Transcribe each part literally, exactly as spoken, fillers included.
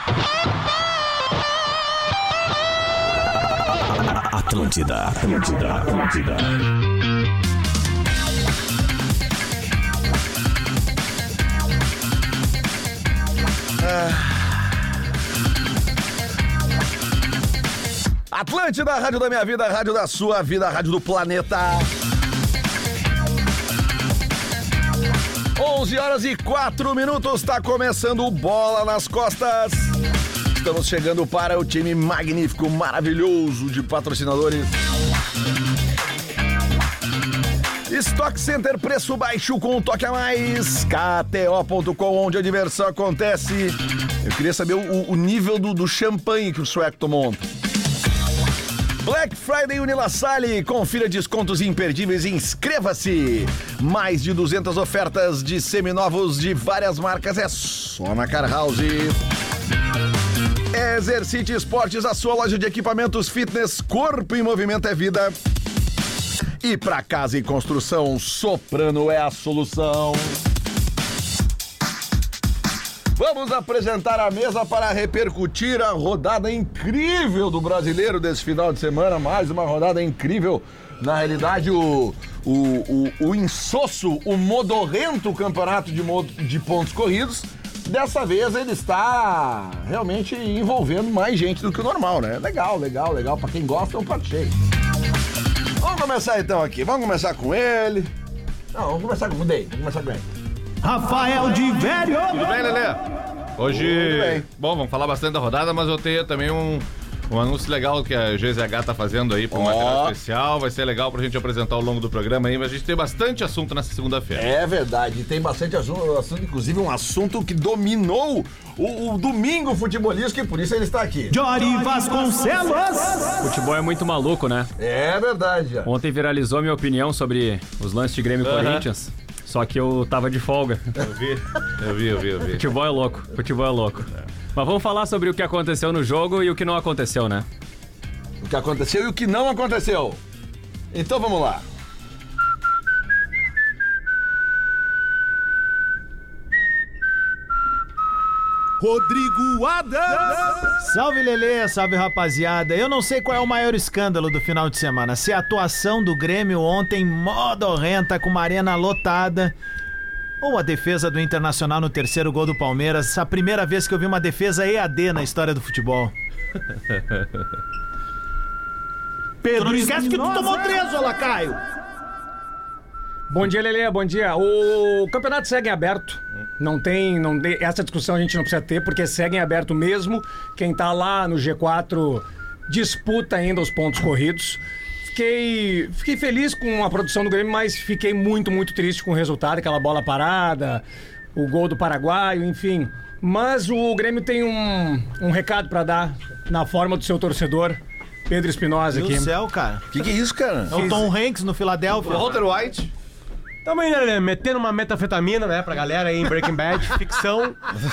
Atlântida, Atlântida, Atlântida. Atlântida, a rádio da minha vida, a rádio da sua vida, a rádio do planeta. onze horas e quatro minutos, está começando o Bola nas Costas. Estamos chegando para o time magnífico, maravilhoso de patrocinadores. Stock Center, preço baixo com um toque a mais. K T O ponto com, onde a diversão acontece. Eu queria saber o, o nível do, do champanhe que o sueco tomou ontem. Black Friday Unilassale, confira descontos imperdíveis e inscreva-se. Mais de duzentas ofertas de seminovos de várias marcas, é só na Car House. Exercite Esportes, a sua loja de equipamentos fitness, corpo em movimento é vida. E para casa e construção, Soprano é a solução. Vamos apresentar a mesa para repercutir a rodada incrível do Brasileiro desse final de semana. Mais uma rodada incrível. Na realidade, o, o, o, o insosso, o modorrento campeonato de, mod, de pontos corridos, dessa vez ele está realmente envolvendo mais gente do que o normal, né? Legal, legal, legal. Para quem gosta, é um prato cheio. Vamos começar então aqui. Vamos começar com ele. Não, vamos começar com o Dei. Vamos começar com ele. Rafael de Velho. Tudo bem, Lelê? Hoje, bom, vamos falar bastante da rodada, mas eu tenho também um, um anúncio legal que a G Z H tá fazendo aí para um oh. material especial. Vai ser legal pra gente apresentar ao longo do programa aí, mas a gente tem bastante assunto nessa segunda-feira. É verdade, tem bastante assunto, assunto inclusive um assunto que dominou o, o domingo futebolístico e por isso ele está aqui. Jory Vasconcelos. Futebol é muito maluco, né? É verdade. Já. Ontem viralizou minha opinião sobre os lances de Grêmio e uhum. Corinthians. Só que eu tava de folga. Eu vi, eu vi, eu vi, eu vi. Futebol é louco, futebol é louco. É. Mas vamos falar sobre o que aconteceu no jogo e o que não aconteceu, né? O que aconteceu e o que não aconteceu. Então vamos lá. Rodrigo Adams. Salve, Lelê, salve, rapaziada. Eu não sei qual é o maior escândalo do final de semana. Se a atuação do Grêmio ontem modorrenta com uma arena lotada, ou a defesa do Internacional no terceiro gol do Palmeiras. Essa é a primeira vez que eu vi uma defesa E A D na história do futebol. Pedro, esquece que tu tomou três, ô Lacaio. Bom dia, Lelê, bom dia. O campeonato segue em aberto. Não tem, não tem, essa discussão a gente não precisa ter, porque segue em aberto mesmo. Quem tá lá no G quatro disputa ainda os pontos corridos. Fiquei, fiquei feliz com a produção do Grêmio, mas fiquei muito, muito triste com o resultado, aquela bola parada, o gol do paraguaio, enfim. Mas o Grêmio tem um, um recado pra dar na forma do seu torcedor, Pedro Espinosa aqui. Meu céu, cara. O que, que é isso, cara? É o Tom Hanks no Philadelphia. Walter White. Tamo aí, né, metendo uma metafetamina, né, pra galera aí em Breaking Bad, ficção.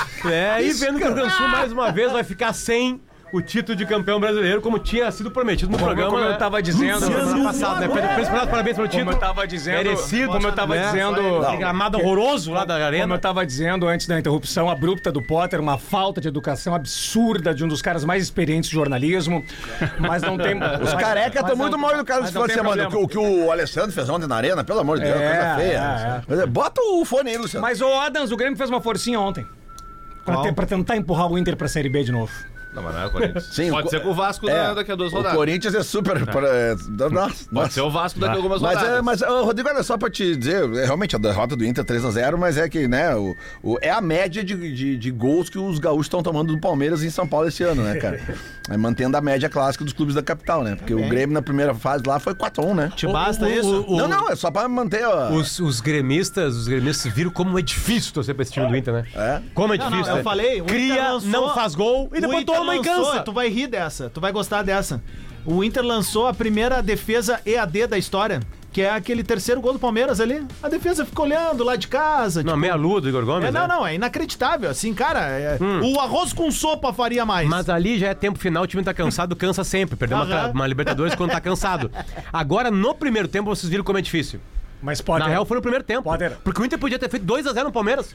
É, e vendo que o Rio Grande do Sul, mais uma vez, vai ficar sem o título de campeão brasileiro, como tinha sido prometido no como, programa. Como né? eu tava dizendo semana passada, né? Pedro Espinosa, parabéns pelo título. Como eu tava dizendo. Merecido. Como eu tava né? dizendo. Aquele gramado horroroso lá da arena. Como eu tava dizendo antes da interrupção abrupta do Potter, uma falta de educação absurda de um dos caras mais experientes de jornalismo. Mas não tem. Os carecas estão muito mal educados esse final de semana. O que o Alessandro fez ontem na arena, pelo amor de Deus, é, coisa feia. É, é. Bota o fone aí, Luciano. Mas o Adams, o Grêmio fez uma forcinha ontem. Pra, ter, pra tentar empurrar o Inter pra Série B de novo. Não, mas não é o Corinthians. Sim, Pode o, ser com o Vasco é, daqui a duas o rodadas. O Corinthians é super... É. Pra, é, nossa, Pode nossa. ser o Vasco daqui a algumas mas, rodadas. É, mas, uh, Rodrigo, olha só pra te dizer, é, realmente a derrota do Inter três a zero, mas é que, né, o, o, é a média de, de, de gols que os gaúchos estão tomando do Palmeiras em São Paulo esse ano, né, cara? É, mantendo a média clássica dos clubes da capital, né? Porque é. o Grêmio na primeira fase lá foi quatro a um, né? Te basta o, isso? O, o, não, não, é só pra manter... Ó... Os, os gremistas, os gremistas viram como é difícil torcer pra esse time do Inter, né? É. Como é difícil, não, não, né? Eu falei, o cria, lançou, não faz gol e depois toma e cansa. Tu vai rir dessa, tu vai gostar dessa. O Inter lançou a primeira defesa E A D da história, que é aquele terceiro gol do Palmeiras ali. A defesa fica olhando lá de casa. Não, tipo... meia lua do Igor Gomes, é, Não, né? não, é inacreditável. Assim, cara, é... hum. o arroz com sopa faria mais. Mas ali já é tempo final, o time tá cansado, cansa sempre. Perdeu uma, uma Libertadores quando tá cansado. Agora, no primeiro tempo, vocês viram como é difícil. Mas pode. Na real, foi no primeiro tempo. Poder. Porque o Inter podia ter feito dois a zero no Palmeiras.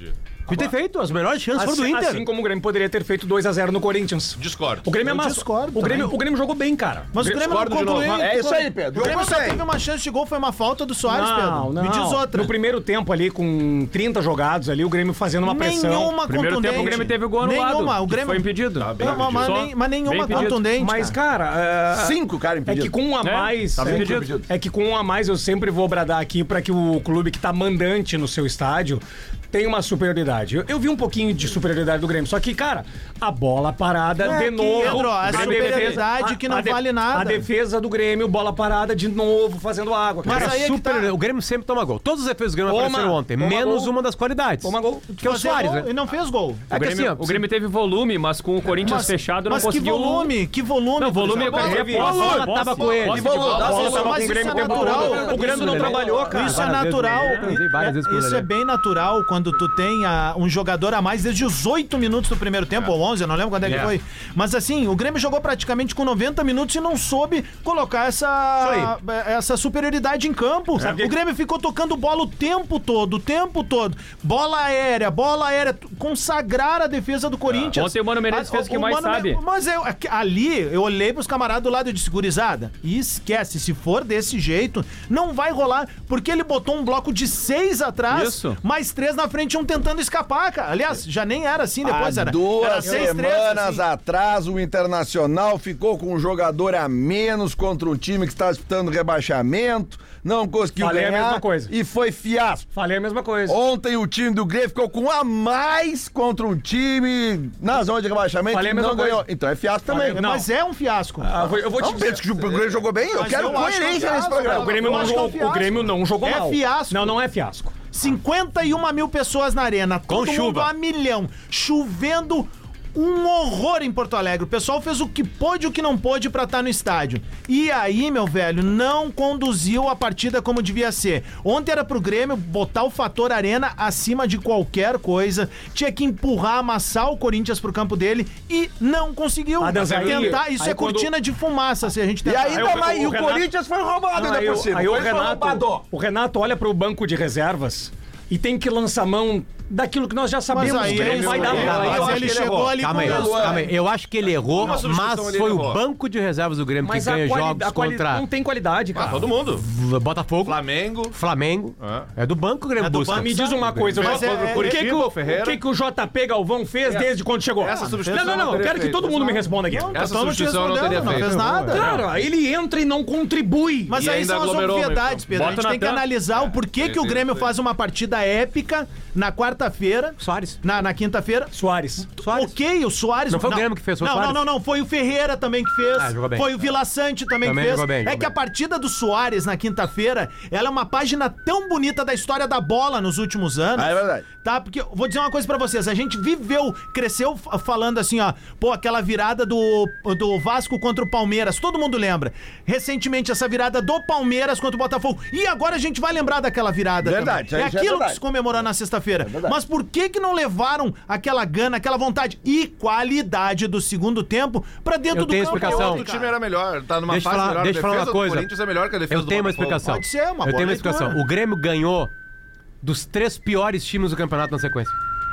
Podia ter feito, as melhores chances foram do Assim, Inter. assim como o Grêmio poderia ter feito dois a zero no Corinthians. Discordo. O Grêmio é Eu massa. discordo O Grêmio, também. o Grêmio jogou bem, cara. Mas o Grêmio não Discordo de novo. concluiu. É isso aí, Pedro. O Grêmio só Jogou teve bem. uma chance de gol, foi uma falta do Soares, Não, Pedro. não. Me diz outra. No primeiro tempo ali, com trinta jogados ali, o Grêmio fazendo uma pressão. Nenhuma Primeiro contundente. tempo o Grêmio teve o gol anulado. Nenhuma. O que Grêmio... foi impedido. Tá bem Não, mas, mas Só nem- mas nenhuma bem impedido. contundente. Mas, cara. cara, é... Cinco, cara, É impedido. que com um a É, mais. tá é, que, impedido. é que com um a mais eu sempre vou bradar aqui pra que o clube que tá mandante no seu estádio tenha uma superioridade. Eu, eu vi um pouquinho de superioridade do Grêmio, só que, cara, a bola parada É de que, novo. Pedro, a Grêmio superioridade defesa- que não a de- vale nada. A defesa do Grêmio, bola parada de novo, fazendo água. Mas cara. aí é que Super, tá. O Grêmio sempre toma gol. Todos os defesas do Grêmio Toma, apareceram ontem, toma menos gol. uma das qualidades. Toma gol. Que é o Fazer Soares, gol né? E não fez gol. É O que Grêmio, assim, ó, o Grêmio teve volume, mas com o Corinthians fechado não mas que conseguiu... volume, que volume. Não, volume eu Pedro. quero dizer teve- posse, a bola posse, tava com posse ele. de Que volume? bola. Dá A bola Isso, tava com mas o isso Grêmio é o tempo natural. todo. O Grêmio não Isso, trabalhou, cara. Isso é Várias vezes natural. com o Lelê, transei várias vezes com o Isso Lelê. é bem natural quando tu tem ah, um jogador a mais desde os oito minutos do primeiro tempo, ou onze, eu não lembro quando é que É. foi. Mas assim, o Grêmio jogou praticamente com noventa minutos e não soube colocar essa, essa superioridade em campo. Sabe O que- Grêmio ficou tocando bola o tempo todo, o tempo todo. Bola aérea, bola aérea, tu- consagrar a defesa do Corinthians. Ontem o Mano Menezes Ah, fez o que mais Mano sabe. Me- Mas eu, aqui- ali, eu olhei pros camaradas do lado e disse, gurizada, e esquece, se for desse jeito, não vai rolar, porque ele botou um bloco de seis atrás, Isso. mais três na frente, um tentando escapar, cara. Aliás, já nem era assim, depois Há era. duas era seis, três, semanas assim. atrás, o Internacional ficou com um jogador a menos contra um time que está disputando rebaixamento, não conseguiu Falei a ganhar mesma coisa. e foi fiasco. Falei a mesma coisa. Ontem o time do Grêmio ficou com um a mais contra um time na zona de rebaixamento Falei a que mesma não coisa. ganhou. Então é fiasco também. Não. Mas é um fiasco. Ah, vou- eu vou te Não, dizer. pensa que o Grêmio jogou bem? Eu Mas quero eu acho coerência que é um nesse fiasco, programa. O Grêmio, Eu não acho que é um jogou, o fiasco. Grêmio não jogou É mal. fiasco. Não, não é fiasco. cinquenta e uma mil pessoas na arena, todo mundo chuva. a milhão, chovendo um horror em Porto Alegre. O pessoal fez o que pôde e o que não pôde pra estar no estádio. E aí, meu velho, não conduziu a partida como devia ser. Ontem era pro Grêmio botar o fator arena acima de qualquer coisa. Tinha que empurrar, amassar o Corinthians pro campo dele e não conseguiu. Adams, aí- tentar, isso aí é quando- cortina de fumaça se a gente E tentar. ainda Aí o- mais, o e o Renato- Corinthians foi roubado Não, ainda aí, por o- cima. aí o, Foi roubado. Renato, o Renato olha pro banco de reservas e tem que lançar mão daquilo que nós já sabemos aí que não ele- vai dar. é, Aí eu mas acho ele que chegou errou. ali Calma aí, com calma aí. Eu acho que ele errou, Uma substituição mas ele foi o errou. banco de reservas do Grêmio Mas que a ganha quali- jogos a quali- contra não tem qualidade, cara. Ah, todo mundo. V- Botafogo, Flamengo. Flamengo. É. É do banco que o Grêmio É do busca. banco. Me diz uma coisa, o, Mas J- é- o que, Curitiba, que, o, o Ferreira. o que que o J P Galvão fez desde quando chegou? Essa substituição Não, não, não, não eu teria quero que feito. todo mundo me responda aqui. Essa Então não te substituição eu não teria respondeu, não feito. fez nada. Cara, ele entra e não contribui. Mas E aí ainda são as aglomerou, obviedades, meu. Pedro. A Bota gente na tem que tampa. analisar o porquê que o isso, Grêmio isso. faz uma partida épica na quarta-feira. Soares. Na, na quinta-feira. Soares. Soares. Ok, o Soares. Não foi o Grêmio que fez, foi o Não, Soares. não, não, não. Foi o Ferreira também que fez. Ah, jogou bem. Foi o Vila Sante também, Também que fez. jogou bem, é jogou que a bem. partida do Soares na quinta-feira, ela é uma página tão bonita da história da bola nos últimos anos. Ah, é verdade. Tá? Porque eu vou dizer uma coisa pra vocês. A gente viveu, cresceu f- falando assim, ó. Pô, aquela virada do, do Vasco contra o Palmeiras. Todo mundo lembra. Recentemente, essa virada do Palmeiras contra o Botafogo. E agora a gente vai lembrar daquela virada. Verdade, também. É isso é aquilo verdade. que se comemorou na sexta-feira. verdade. Mas por que que não levaram aquela gana, aquela vontade e qualidade do segundo tempo pra dentro Eu do tenho campo? explicação. O time era melhor, tá numa Deixa eu fase falar- melhor. deixa eu a falar defesa uma do coisa. Corinthians é melhor que a defesa Eu do tenho uma Botafogo. explicação. Pode ser, uma Eu boa tenho uma leitura. explicação. O Grêmio ganhou dos três piores times do campeonato na sequência.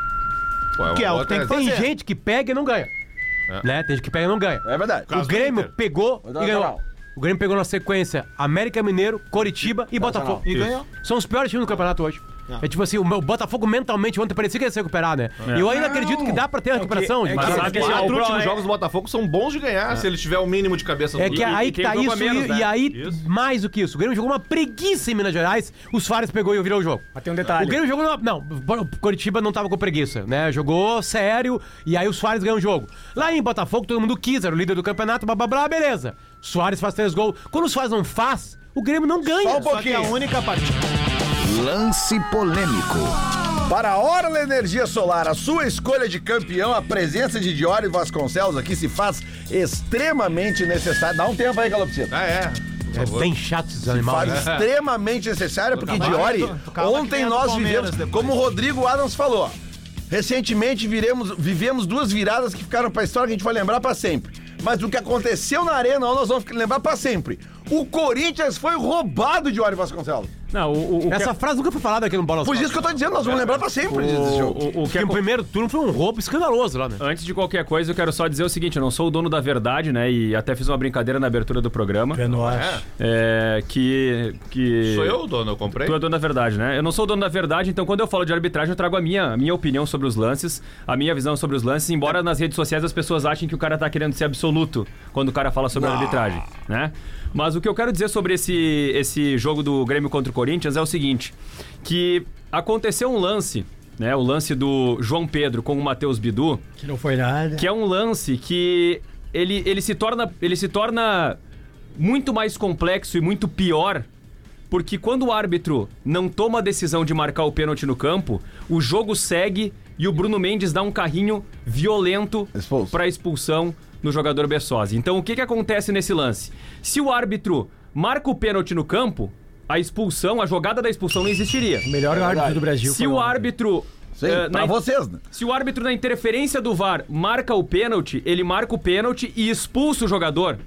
Pô, é uma Que é o boa que tem que tese. Tem fazer. gente que pega e não ganha. Né? Tem gente que pega e não ganha. É verdade. O Grêmio Inter. pegou Vou dar e ganhou. moral. O Grêmio pegou na sequência América Mineiro, Coritiba e Botafogo. E ganhou. São os piores times do campeonato hoje. É tipo assim, o meu Botafogo mentalmente ontem parecia que ia se recuperar, né? E eu ainda acredito que dá pra ter a recuperação. é gente. que- Mas é os que- quatro é que- últimos é- jogos do Botafogo são bons de ganhar, se ele tiver o mínimo de cabeça no É que clube. aí e que quem tá jogou isso, menos, e, né? e aí, Isso. mais do que isso, o Grêmio jogou uma preguiça em Minas Gerais, os Soares pegou e virou o jogo. Mas tem um detalhe. O Grêmio jogou. numa- Não, o Coritiba não tava com preguiça, né? Jogou sério e aí o Soares ganhou o jogo. Lá em Botafogo, todo mundo quis, era o líder do campeonato, blá blá blá, beleza. Soares faz três gols. Quando o Soares não faz, o Grêmio não ganha. Só um Só que é a pouquinho. única partida. Lance polêmico. Para a Orla Energia Solar, a sua escolha de campeão, a presença de Diori Vasconcelos aqui se faz extremamente necessária. Dá um tempo aí, Calopsito. Ah, é. É bem chato esses animais. Faz né? extremamente necessária, porque Calma, Diori, tu- tu calma que ontem vem a do nós Palmeiras vivemos, depois. como o Rodrigo Adams falou, recentemente viremos, vivemos duas viradas que ficaram pra história que a gente vai lembrar pra sempre. Mas o que aconteceu na Arena, nós vamos lembrar pra sempre. O Corinthians foi roubado de Diori Vasconcelos. Não, o, o, Essa que, frase nunca foi falada aqui no Bola aos Pois Costas. isso que eu tô dizendo, nós vamos lembrar pra sempre o, desse jogo. o, o que Porque o acon- primeiro turno foi um roubo escandaloso lá, né? Antes de qualquer coisa, eu quero só dizer o seguinte: eu não sou o dono da verdade, né? E até fiz uma brincadeira na abertura do programa. É nóis. É, que. que... Sou eu o dono, eu comprei. Tu é dono da verdade, né? Eu não sou o dono da verdade, então quando eu falo de arbitragem, eu trago a minha, a minha opinião sobre os lances, a minha visão sobre os lances, embora nas redes sociais as pessoas achem que o cara tá querendo ser absoluto quando o cara fala sobre a arbitragem, né? Mas o que eu quero dizer sobre esse, esse jogo do Grêmio contra o Corinthians é o seguinte, que aconteceu um lance, né? O lance do João Pedro com o Matheus Bidu, Que não foi nada. que é um lance que ele, ele, se torna, ele se torna muito mais complexo e muito pior, porque quando o árbitro não toma a decisão de marcar o pênalti no campo, o jogo segue e o Bruno Mendes dá um carrinho violento Expulso. para expulsão no jogador Bessosi. Então o que, que acontece nesse lance? Se o árbitro marca o pênalti no campo, a expulsão, a jogada da expulsão não existiria. O melhor árbitro do Brasil. Se foi o ontem. árbitro... Sim, eh, pra na- vocês, né? se o árbitro na interferência do V A R marca o pênalti, ele marca o pênalti e expulsa o jogador.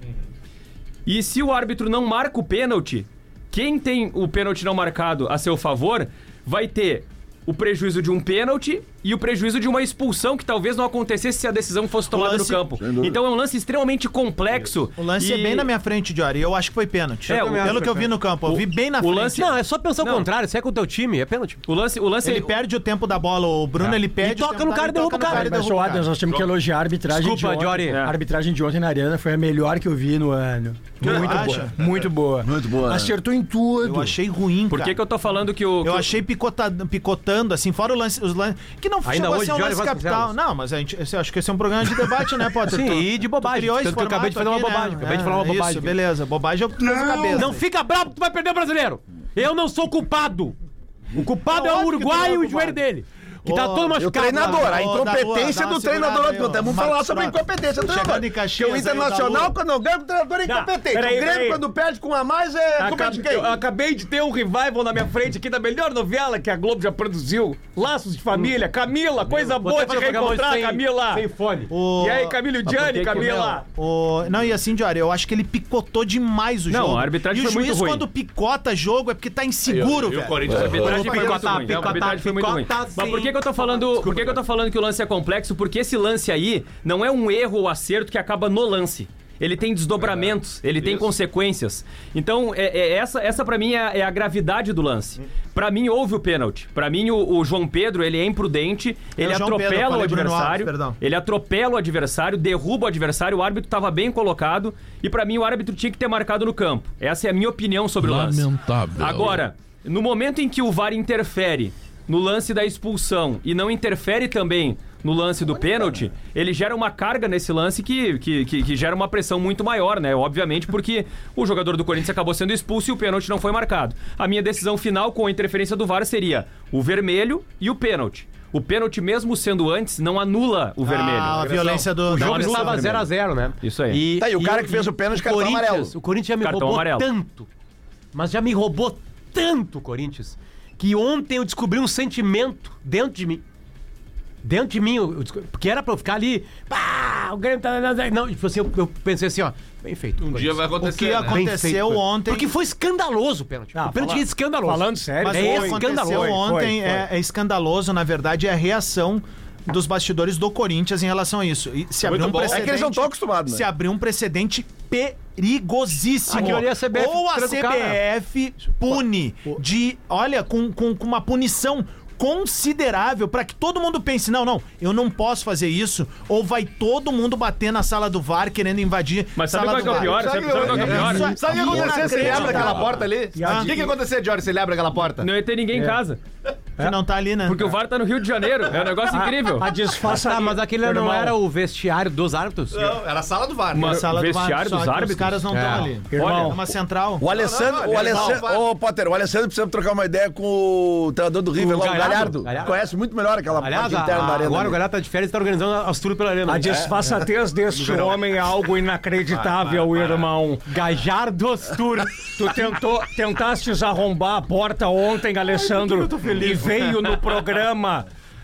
E se o árbitro não marca o pênalti, quem tem o pênalti não marcado a seu favor vai ter o prejuízo de um pênalti e o prejuízo de uma expulsão que talvez não acontecesse se a decisão fosse tomada lance- no campo. Então é um lance extremamente complexo. O lance e- é bem na minha frente, Diori. Eu acho que foi pênalti. É, o- Pelo que eu vi no campo, eu vi bem na o frente. lance- Não, é só pensar o Não. contrário. Se é com o teu time, é pênalti. O lance, o lance Ele perde o tempo da bola, o Bruno ele perde E o toca tempo no da- cara e ele derruba toca o cara. no e Mas, derruba ô o Adams, nós temos que elogiar a arbitragem Desculpa, de ontem. Diori. A arbitragem de ontem na Arena foi a melhor que eu vi no ano. Muito acha? boa. Muito boa. Muito boa, né? Acertou em tudo. Eu achei ruim, Por cara. que, que eu tô falando que o. que Eu o- achei picotado, picotando, assim, fora o lance, os lances. Que não Ainda chegou a hoje, ser um Diori lance Vasconcelos. capital. Não, mas a gente, eu acho que esse é um programa de debate, né, Potter? Sim, Tu- e de tu bobagem. criou esse Tanto que eu acabei de fazer formato uma aqui, bobagem. né? Acabei de falar uma É, bobagem. Isso, beleza. Bobagem eu fiz a cabeça. Não fica bravo que tu vai perder o brasileiro. Eu não sou culpado. O culpado É é o óbvio que tu não é uruguaio e o culpado. joelho dele. Que tá Ô, todo E o machucado. treinador, a Ô, incompetência dá uma do treinador. segurada aí, ó. Vamos Marcos falar sobre a Frota. incompetência do Chegando treinador. em Caxias Porque o aí, Internacional, da Lu. quando ganha, o treinador é Tá, incompetente. peraí, O Grêmio, peraí. quando perde com a mais, é culpa de quem? Eu acabei de ter um revival na minha frente aqui da melhor novela que a Globo já produziu. Laços de Família. Camila, coisa Vou boa até te fazer o programa reencontrar, sem- Camila. Sem fone. O- E aí, Camila e o Mas por Gianni, que que Camila? O... Não, e assim, Diori, eu acho que ele picotou demais o Não, jogo. a arbitragem e o foi muito juiz, ruim. quando picota jogo, é porque tá inseguro, E o velho. Corinthians A arbitragem foi muito Picotar, ruim. picotar, A arbitragem foi muito ruim. picotar, Mas sim. por que, que eu tô falando. Por que, que eu tô falando que o lance é complexo? Porque esse lance aí não é um erro ou acerto que acaba no lance. Ele tem desdobramentos, ele tem Isso. consequências. Então, é, é- essa, essa para mim é a, é a gravidade do lance. Pra mim, houve o pênalti. Pra mim, o, o João Pedro, ele é imprudente, ele o João Pedro, eu atropela o falei Bruno Alves, adversário, perdão. ele atropela o adversário, derruba o adversário, o árbitro tava bem colocado e pra mim o árbitro tinha que ter marcado no campo. Essa é a minha opinião sobre o lance. Lamentável. Agora, no momento em que o V A R interfere no lance da expulsão e não interfere também no lance do pênalti, ele gera uma carga nesse lance que, que, que, que gera uma pressão muito maior, né? Obviamente, porque o jogador do Corinthians acabou sendo expulso e o pênalti não foi marcado. A minha decisão final com a interferência do V A R seria o vermelho e o pênalti. O pênalti, mesmo sendo antes, não anula o vermelho. Ah, a violência do... O da jogo agressão. estava zero a zero, né? Isso aí. Tá, e o cara que fez o pênalti, cartão Corinthians- amarelo. O Corinthians já me Cartão roubou amarelo. tanto. Mas já me roubou tanto, o Corinthians, que ontem eu descobri um sentimento dentro de mim. Dentro de mim, eu, eu descobri- porque era pra eu ficar ali. Pá, o Grêmio tá. Não, tipo assim, eu, eu pensei assim, ó. Bem feito. Um dia vai O acontecer. que né? aconteceu Bem feito, ontem... Porque foi escandaloso o pênalti. Ah, o pênalti fala- é escandaloso. Falando sério, Mas é o que escandaloso. aconteceu Foi, ontem foi, É, é escandaloso, na verdade, é a reação dos bastidores do Corinthians em relação a isso. E se abriu um bom. É que precedente... É que eles não estão acostumados, né? Se abriu um precedente perigosíssimo. Aquilo ali a C B F Ou a tranca o C B cara. F pune de, olha, com, com, com uma punição considerável pra que todo mundo pense, não, não, eu não posso fazer isso, ou vai todo mundo bater na sala do V A R querendo invadir Mas a sabe sala qual do que é o V A R. pior? Sabe, sabe qual que é o pior? Isso é Sabe o que ia acontecer se ele abre aquela porta ali? O Ah. que, que ia acontecer, Jorge, se ele abre aquela porta? Não ia ter ninguém em casa. Que não tá ali, né? Porque o V A R tá no Rio de Janeiro. É um negócio incrível. A disfarçaria. Ah, mas aquele não era o vestiário dos árbitros? Não, era a sala do V A R. Uma- A sala do V A R, vestiário só dos que árbitros? Os caras não É. estão ali. Irmão. É uma central. O Alessandro, Não, não, o ele Alessandro, não, ô Potter, o Alessandro precisa trocar uma ideia com o treinador do River, O lá, o Galhardo. Galhardo. Galhardo. Conhece muito melhor aquela Aliás, parte interna da a, arena. agora o ali. Galhardo tá de férias e tá organizando as tudo pela arena. A disfarçatez deste homem é algo inacreditável, irmão. Gajardos Tour. Tu tentou, tentastes arrombar a porta ontem, Alessandro, e veio no programa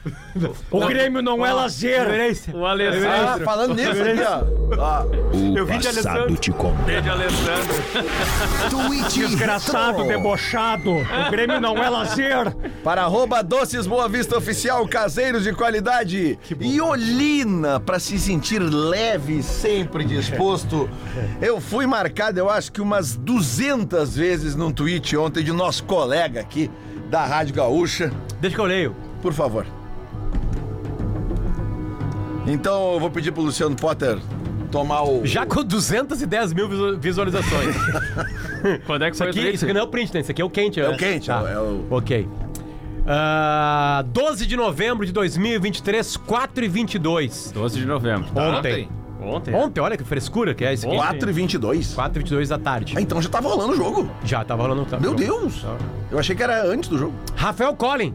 O Grêmio não é lazer. O Ah, Alessandro. falando nisso aqui, ó. Ah, O Eu vi de passado Alessandro. te conta. De Alessandro. Tweet Desgraçado, Retro. debochado. O Grêmio não é lazer. para arroba Doces Boa Vista Oficial, caseiros de qualidade. E Olina, pra se sentir leve e sempre disposto. Eu fui marcado, eu acho que umas duzentas vezes num tweet ontem de nosso colega aqui da Rádio Gaúcha. Deixa que eu leio. Por favor. Então eu vou pedir pro Luciano Potter tomar o... Já com duzentas e dez mil visu- visualizações. Quando é que Isso foi o aqui, tweet? isso aqui não é o print, né? Isso aqui é o quente. É né? o quente, Tá. é o... Ok. Ah, doze de novembro de dois mil e vinte e três, quatro e vinte e dois. doze de novembro. Ontem. Ontem. Ontem, olha que frescura que é esse aqui. quatro e vinte e dois. quatro e vinte e dois da tarde. Ah, então já tava rolando o jogo. Já tava rolando. Tá, Meu Deus. Eu achei que era antes do jogo. Rafael Collin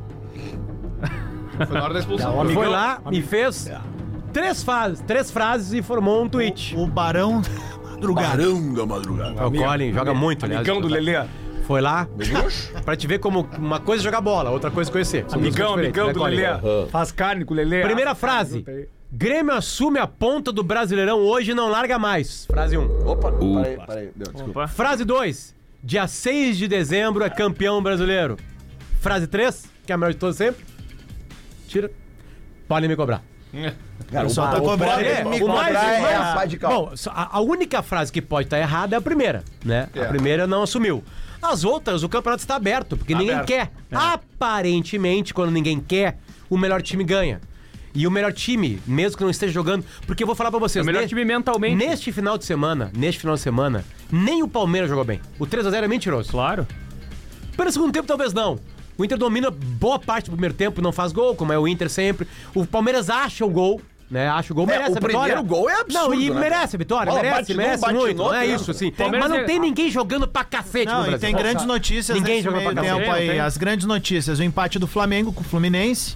Foi na hora da expulsão. foi lá e fez três, frases, três frases e formou um tweet. O Barão Madrugada. Barão da madrugada. Rafael Collin joga muito, aliás. Amigão do Lelê. Foi lá pra te ver como uma coisa é jogar bola, outra coisa é conhecer. São duas Amigão, coisas amigão do diferentes, né, Collin? Lelê. Faz carne com o Lelê. Primeira Ah, frase. tá aí. Grêmio assume a ponta do Brasileirão hoje e não larga mais. Frase um. Opa, peraí, peraí. Deu, desculpa. Opa. Frase dois. Dia seis de dezembro é campeão brasileiro. Frase três, que é a melhor de todas sempre. Tira. Podem me cobrar. Cara, O pessoal o tá pa- cobrando. pode É, me o mais- cobrar é mais- a pá de cal. Bom, só- a, a única frase que pode estar errada é a primeira, né? É. A primeira não assumiu. As outras, o campeonato está aberto, porque ninguém Aberto. quer. Aparentemente, quando ninguém quer, o melhor time ganha. E o melhor time, mesmo que não esteja jogando, porque eu vou falar pra vocês. É o melhor ne- time mentalmente. Neste final de semana, neste final de semana, nem o Palmeiras jogou bem. O três a zero é mentiroso. Claro. Pelo segundo tempo, talvez não. O Inter domina boa parte do primeiro tempo, não faz gol, como é o Inter sempre. O Palmeiras acha o gol, né? Acha o gol, É, merece o a vitória. primeiro gol é absurdo, Não, e né, merece a vitória, Bola merece, bate no, merece bate muito. no, Não é né? isso, assim. Palmeiras Mas não é- tem ninguém jogando pra cacete Não, no e Brasil. tem grandes notícias Ninguém nesse joga meio pra tempo cacete. aí. Tem, tem. As grandes notícias. O empate do Flamengo com o Fluminense.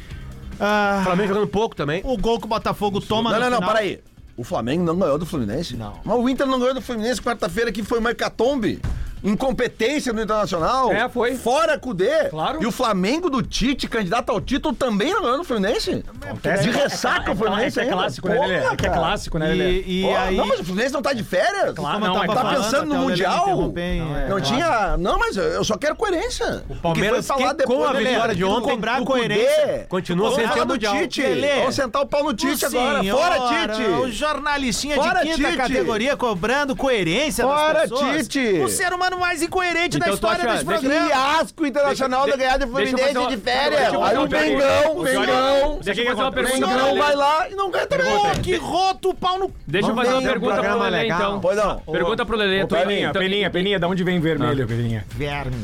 Ah, O Flamengo jogando pouco também. o gol que o Botafogo toma Não, no não, não, final. peraí. O Flamengo não ganhou do Fluminense? Não. Mas o Inter não ganhou do Fluminense quarta-feira, que foi uma hecatombe. Incompetência no Internacional. É, foi. Fora Cudê. Claro. E o Flamengo do Tite, candidato ao título, também não ganhou do Fluminense? É, De é, ressaca é, o Fluminense é, é ainda. clássico, né, Porra, Lelê? É que é cara. clássico, né, Lelê? E, e Porra, aí... Não, mas o Fluminense não tá de férias? Claro, como eu não, tava é Tá claro. falando, pensando no até o Lelê me Mundial? interromper, é, Não é, tinha... Não, mas eu só quero coerência. O Palmeiras que com a vitória de ontem cobrar do coerência. Cudê. continua Vamos sem ter falar do mundial. Tite. Lelê. Vamos sentar o pau no Tite agora. Fora, Tite. O jornalistinha Fora, de quinta Tite. categoria cobrando coerência Fora, das pessoas. Tite. O ser humano mais incoerente da Então tu história acha- desse deixa- programa. Fiasco internacional Deixa- da ganhar de deixa eu Fluminense fazer uma- de férias. deixa eu fazer Aí uma o pergunta. Mengão, O senhor- Mengão. Deixa eu fazer uma O pergunta pro Mengão Lelê. vai lá e não ganha também. Pô, que roto o pau no... Deixa eu Não fazer uma tem um pergunta pro programa Lelê, legal. então. Pois não. Pergunta pro Lelê. Ô, tu- Peninha, então- Peninha, Peninha, da onde vem vermelho, Peninha? Verme.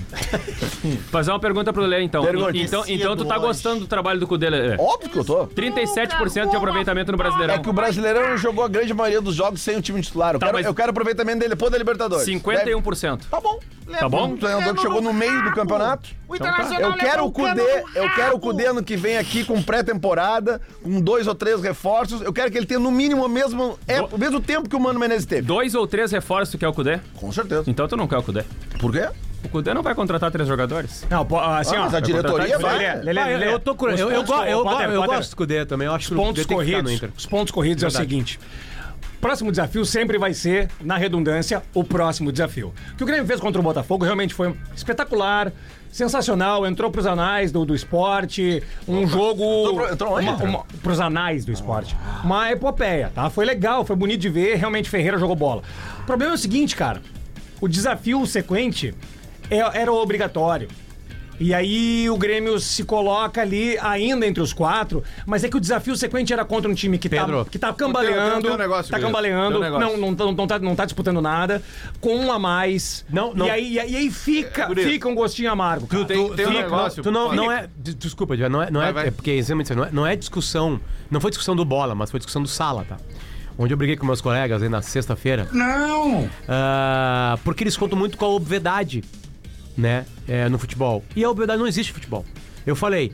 Fazer uma pergunta pro Lelê, então. Pergunte. Então, então tu tá Cedo gostando do trabalho do Cudê, Lelê? Óbvio que eu tô. trinta e sete por cento de aproveitamento no Brasileirão. É que o Brasileirão jogou a grande maioria dos jogos sem o time titular. Eu, Tá, quero, mas- eu quero aproveitamento dele depois da Libertadores. cinquenta e um por cento. Tá bom. Tá bom? Um treinador que chegou no meio do campeonato. O Então tá. Internacional Eu quero o Cudê, eu quero o Cudê ano que vem aqui com pré-temporada, com dois ou três reforços. Eu quero que ele tenha no mínimo o mesmo, é, o mesmo tempo que o Mano Menezes teve. Dois ou três reforços tu quer o Cudê? Com certeza. Então tu não quer o Cudê. Por quê? O Cudê não vai contratar três jogadores. Não, pô, assim, Ah, ó. mas a diretoria vai. Lelê, Lelê, Ah, Lelê. eu tô cur... Os eu, eu, pontos- go- eu, go- Potter, eu Potter, gosto do Cudê também. Eu acho que o pontos Cudê tem que ficar no corridos. Inter. Os pontos corridos é o Verdade. seguinte. Próximo desafio sempre vai ser, na redundância, o próximo desafio. O que o Grêmio fez contra o Botafogo realmente foi espetacular, sensacional, entrou pros anais do, do esporte, um jogo... pro- entrou onde? uma, uma, pros anais do esporte. Uma epopeia, tá? Foi legal, foi bonito de ver, realmente Ferreira jogou bola. O problema é o seguinte, cara, o desafio sequente é- era obrigatório. E aí o Grêmio se coloca ali ainda entre os quatro, mas é que o desafio sequente era contra um time que Pedro. tá, que tá Tem- tem- cambaleando, tem um negócio, tá Pedro. cambaleando, Tem um negócio. não, não, não, não, tá, não tá disputando nada, com um a mais. Não, não. E aí, e aí, e aí fica, Por isso. fica um gostinho amargo. cara. Tem, tem um Fica- negócio. Tu não, Pode- não é. des- Desculpa, Diego, não é. Não é, Vai, vai. é porque exatamente isso, não é, não é discussão. Não foi discussão do bola, mas foi discussão do sala, tá? Onde eu briguei com meus colegas aí na sexta-feira. Não! Porque eles contam muito com a obviedade, né? é, no futebol. E a obviedade não existe no futebol. Eu falei.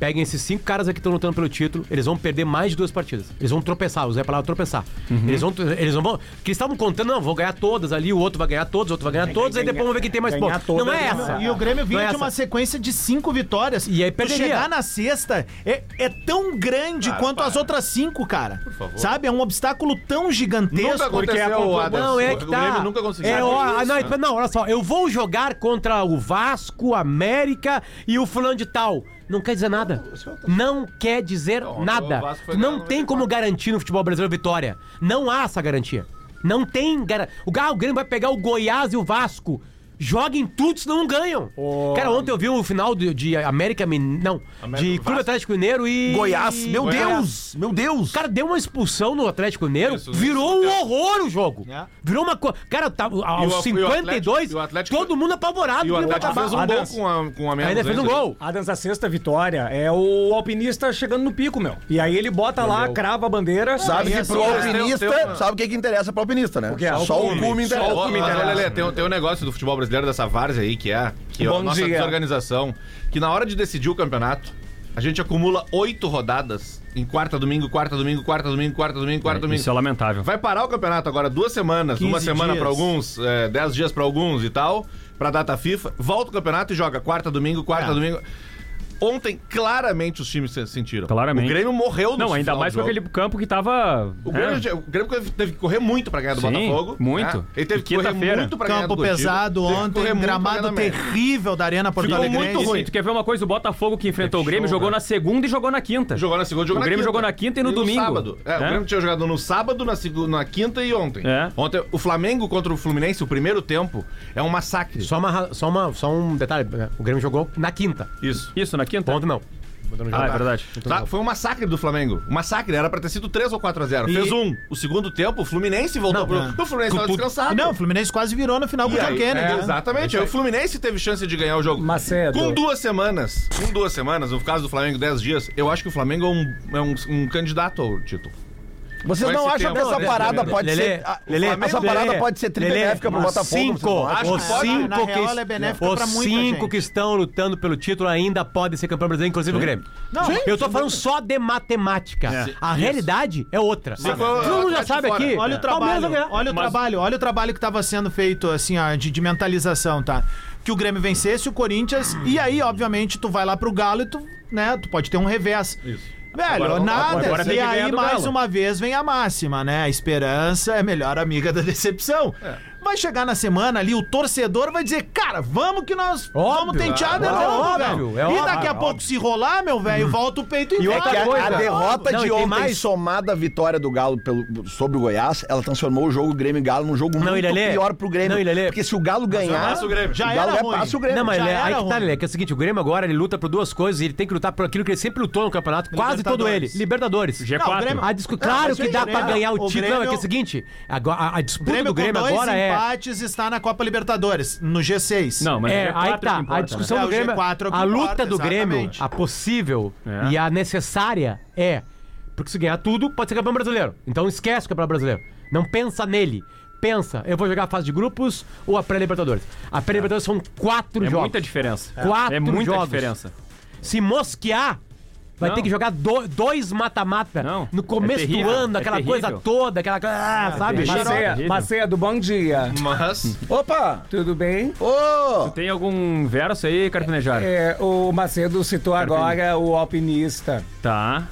peguem esses cinco caras aqui que estão lutando pelo título, eles vão perder mais de duas partidas. Eles vão tropeçar, usei a palavra tropeçar. Uhum. Eles vão, eles vão, porque eles estavam contando, não, vou ganhar todas ali, o outro vai ganhar todos, o outro vai ganhar todos, aí depois vamos ver quem tem mais pontos. Não é essa. E o Grêmio vinha é de uma sequência de cinco vitórias. E aí tu perderia. chegar na sexta é, é tão grande Cara, quanto para. as outras cinco, cara. Por favor. Sabe? É um obstáculo tão gigantesco. Nunca aconteceu, Adams. Não, é que O tá. Grêmio nunca conseguiu. É, ó, Isso, não, né? não, olha só, eu vou jogar contra o Vasco, América e o fulano de tal. Não quer dizer nada. Não quer dizer Não, nada. o Vasco foi Tu não ganhar tem como garantir no futebol brasileiro vitória. Não há essa garantia. Não tem garantia. O Galo, o Grêmio vai pegar o Goiás e o Vasco. Joguem tudo, senão não ganham. Oh. Cara, ontem eu vi o final de, de América Min... Não, América de do Clube Vasco. Atlético Mineiro e... Goiás, meu Goiás. Deus! Meu Deus! Cara, deu uma expulsão no Atlético Mineiro, Isso, virou isso. um horror o jogo. É. Virou uma coisa... Cara, tá, E o- aos e o cinquenta e dois, Atlético- e o Atlético- todo mundo apavorado. E o que ia Atlético acabar. fez um Adams. gol com a, com a menos. Ainda fez um ainda. gol. Adams, a sexta vitória é o alpinista chegando no pico, meu. E aí ele bota lá, crava a bandeira. Sabe aí que assim, pro é, alpinista, tem um- sabe o que, que interessa pro alpinista, né? quê? Só o cume interessa. Ó, mas olha, Lelê, tem, um- tem um negócio do futebol brasileiro, dessa várzea aí, que é, que é a Bom nossa dia. desorganização, que na hora de decidir o campeonato, a gente acumula oito rodadas em quarta, domingo, quarta, domingo, quarta, domingo, quarta, domingo, quarta, domingo. Isso é lamentável. Vai parar o campeonato agora duas semanas, uma quinze semana dias. pra alguns, é, dez dias pra alguns e tal, pra data FIFA, volta o campeonato e joga quarta, domingo, quarta, É. domingo. Ontem, claramente, os times se sentiram. Claramente. O Grêmio morreu no Não, ainda final mais do com jogo. aquele campo que tava. O é, Grêmio, o Grêmio teve que correr muito pra ganhar do Sim, Botafogo. muito. né? Ele teve E que correr quinta-feira. muito pra ganhar Campo do Curitiba. pesado Teve que ontem, correr muito pra gramado ganhar do América. terrível da Arena Porto Ficou Alegre. muito ruim. E tu quer ver uma coisa? O Botafogo que enfrentou o Grêmio show, jogou né? na segunda e jogou na quinta. Jogou na segunda, jogou O na Grêmio quinta. jogou na quinta e no domingo. sábado. É, É. O Grêmio tinha jogado no sábado, na, segu- na quinta e ontem. É. Ontem, o Flamengo contra o Fluminense, o primeiro tempo, é um massacre. Só, uma, ra- só, uma, só um detalhe, o Grêmio jogou na quinta. Isso. Isso, na quinta? Ponto não. Ah, é verdade. Tá, foi um massacre do Flamengo. Um massacre, era pra ter sido três ou quatro a zero. E- Fez um. O segundo tempo, o Fluminense voltou Não, pro. é. O Fluminense tava descansado. Não, o Fluminense quase virou no final com E o John aí, Kennedy. é, né? exatamente. Aí o Fluminense teve chance de ganhar o jogo. Macedo. Com duas semanas, com duas semanas, no caso do Flamengo, dez dias, eu acho que o Flamengo é um, é um, um candidato ao título. Vocês Com não esse acham que tempo. essa Não, parada Lelê, pode Lelê, ser. a- Lelê, essa Lelê, parada pode ser Lelê, tribenéfica pro mas Botafogo. cinco, vocês não acham? os que pode? cinco Na que, real, ela é benéfica os pra muita cinco gente. que estão lutando pelo título ainda podem ser campeão brasileiro, inclusive o Grêmio. Não, Sim, eu tô falando só de matemática. É. A realidade é outra. Sim, foi- Todo mundo já tá de sabe fora. aqui. Olha o Palmeiras trabalho, vai ganhar. olha o Mas- trabalho, olha o trabalho que estava sendo feito, assim, ó, de, de mentalização, tá? Que o Grêmio vencesse o Corinthians e aí, obviamente, tu vai lá pro Galo e tu, né, tu pode ter um revés. Isso. Velho, Agora- nada. agora tem e que aí, ganhar do mais Galo. uma vez, vem a máxima, né? A esperança é a melhor amiga da decepção. Vai chegar na semana ali, o torcedor vai dizer, cara, vamos que nós Óbvio, vamos tentear de é novo, óbvio, velho. é e óbvio, daqui a é pouco, se rolar, meu velho, volta o peito e, E vai. outra É que a, coisa. a derrota Não, de e tem ontem, mais- somada à vitória do Galo pelo, sobre o Goiás, ela transformou o jogo Grêmio e Galo num jogo Não, muito Ilelê. pior pro Grêmio. Não, Ilelê. Porque se o Galo ganhar, passa o Grêmio. Já o Galo era é ruim. passa o Grêmio. Não, mas Já Lelê, aí era que tá, ruim. Lelê, que é o seguinte, o Grêmio agora, ele luta por duas coisas e ele tem que lutar por aquilo que ele sempre lutou no campeonato, quase todo ele, Libertadores. Libertadores. G Não, o quatro. Grêmio- A discu- Não, claro mas que o dá pra Grêmio- ganhar o o título. Grêmio- Não, é que é o seguinte, agora, a, a O disputa Grêmio do Grêmio com dois agora é... empates está na Copa Libertadores, no G seis. Não, mas É, é, aí quatro tá, que importa, a discussão né? do É, o Grêmio, G quatro é o que a luta importa, do Grêmio, exatamente. a possível É. e a necessária é, porque se ganhar tudo, pode ser campeão brasileiro. Então esquece o campeão brasileiro. Não pensa nele. Pensa, eu vou jogar a fase de grupos ou a pré-Libertadores. A pré-Libertadores são quatro É jogos. muita diferença. Quatro É muita jogos. diferença. Se mosquear, vai Não. ter que jogar do- dois mata-mata Não, no começo é terrível, do ano, é aquela terrível. coisa toda, aquela coisa, ah, sabe? terrível. Macedo, Terrível. Macedo, bom dia. Mas. Opa! Tudo bem? Ô! Tem algum verso aí, Carpinejar? É, o Macedo citou agora o alpinista. Tá.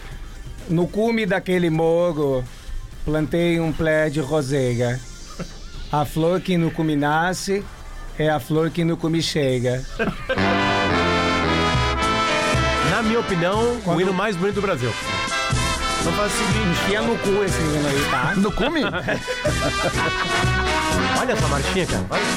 No cume daquele morro, plantei um pé de roseira. A flor que no cume nasce é a flor que no cume chega. Na minha opinião, o hino mais bonito do Brasil. Então faz o seguinte, Enfia no cu esse hino aí, tá? No cume? Olha essa marchinha, cara. Olha.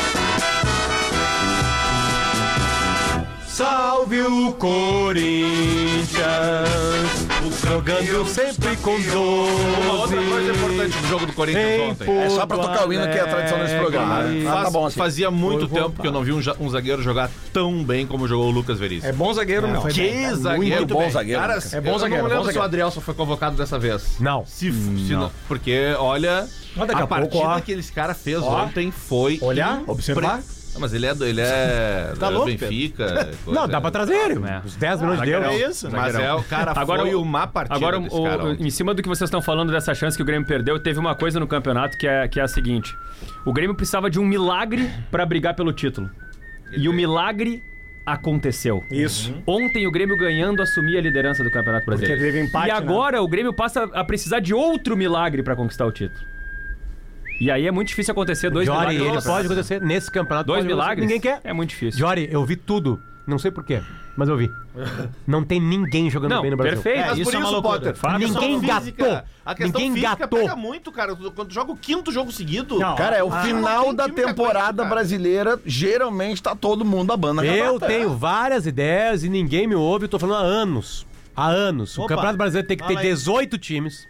Salve o Corinthians, jogando sempre com Uma outra coisa doze. importante do jogo do Corinthians ontem. É só pra tocar o hino que é a tradição desse programa. né? Ah, Faz- tá bom assim. Fazia muito Vou tempo que eu não vi um, ja- um zagueiro jogar tão bem como jogou o Lucas Veríssimo. É bom zagueiro, meu. Que zagueiro. Muito bom zagueiro, Cara, Lucas. É bom eu zagueiro, não bom lembro se o zagueiro. Adrielson foi convocado dessa vez. Não. Se, se não. Porque, olha, Ó, daqui a a pouco, partida ó. que esse cara fez Ó. ontem foi Olhar, observar. Não, mas ele é, do- ele é Tá é louco, Benfica. coisa- Não, dá pra trazer ele. É. Uns dez milhões de euros. É isso, Mas é, o cara Agora, foi o- uma partida Agora, desse o- cara o- ontem. em cima do que vocês estão falando dessa chance que o Grêmio perdeu, teve uma coisa no campeonato que é, que é a seguinte: o Grêmio precisava de um milagre pra brigar pelo título. E o milagre aconteceu. Isso. Ontem o Grêmio ganhando assumia a liderança do Campeonato Porque Brasileiro. teve empate, e agora o Grêmio passa a precisar de outro milagre pra conquistar o título. E aí é muito difícil acontecer dois Jory, milagres. ele no pode campeonato. acontecer nesse campeonato. Dois pode acontecer. milagres? Ninguém quer. É muito difícil. Jory, eu vi tudo. Não sei porquê, mas eu vi. Não tem ninguém jogando Não, bem no Brasil. perfeito. É, Mas isso por é uma isso, loucura. Potter, Fato. a questão Ninguém física- gatou. A questão Ninguém física gatou. pega muito, cara. Quando joga o quinto jogo seguido... Não, Cara, é o Ah, final tem da time que temporada aguenta, cara. brasileira, geralmente tá todo mundo abando a Eu cabeça. tenho várias ideias e ninguém me ouve. Eu tô falando há anos. Há anos. O Opa, Campeonato Brasileiro tem que ter fala aí. dezoito times.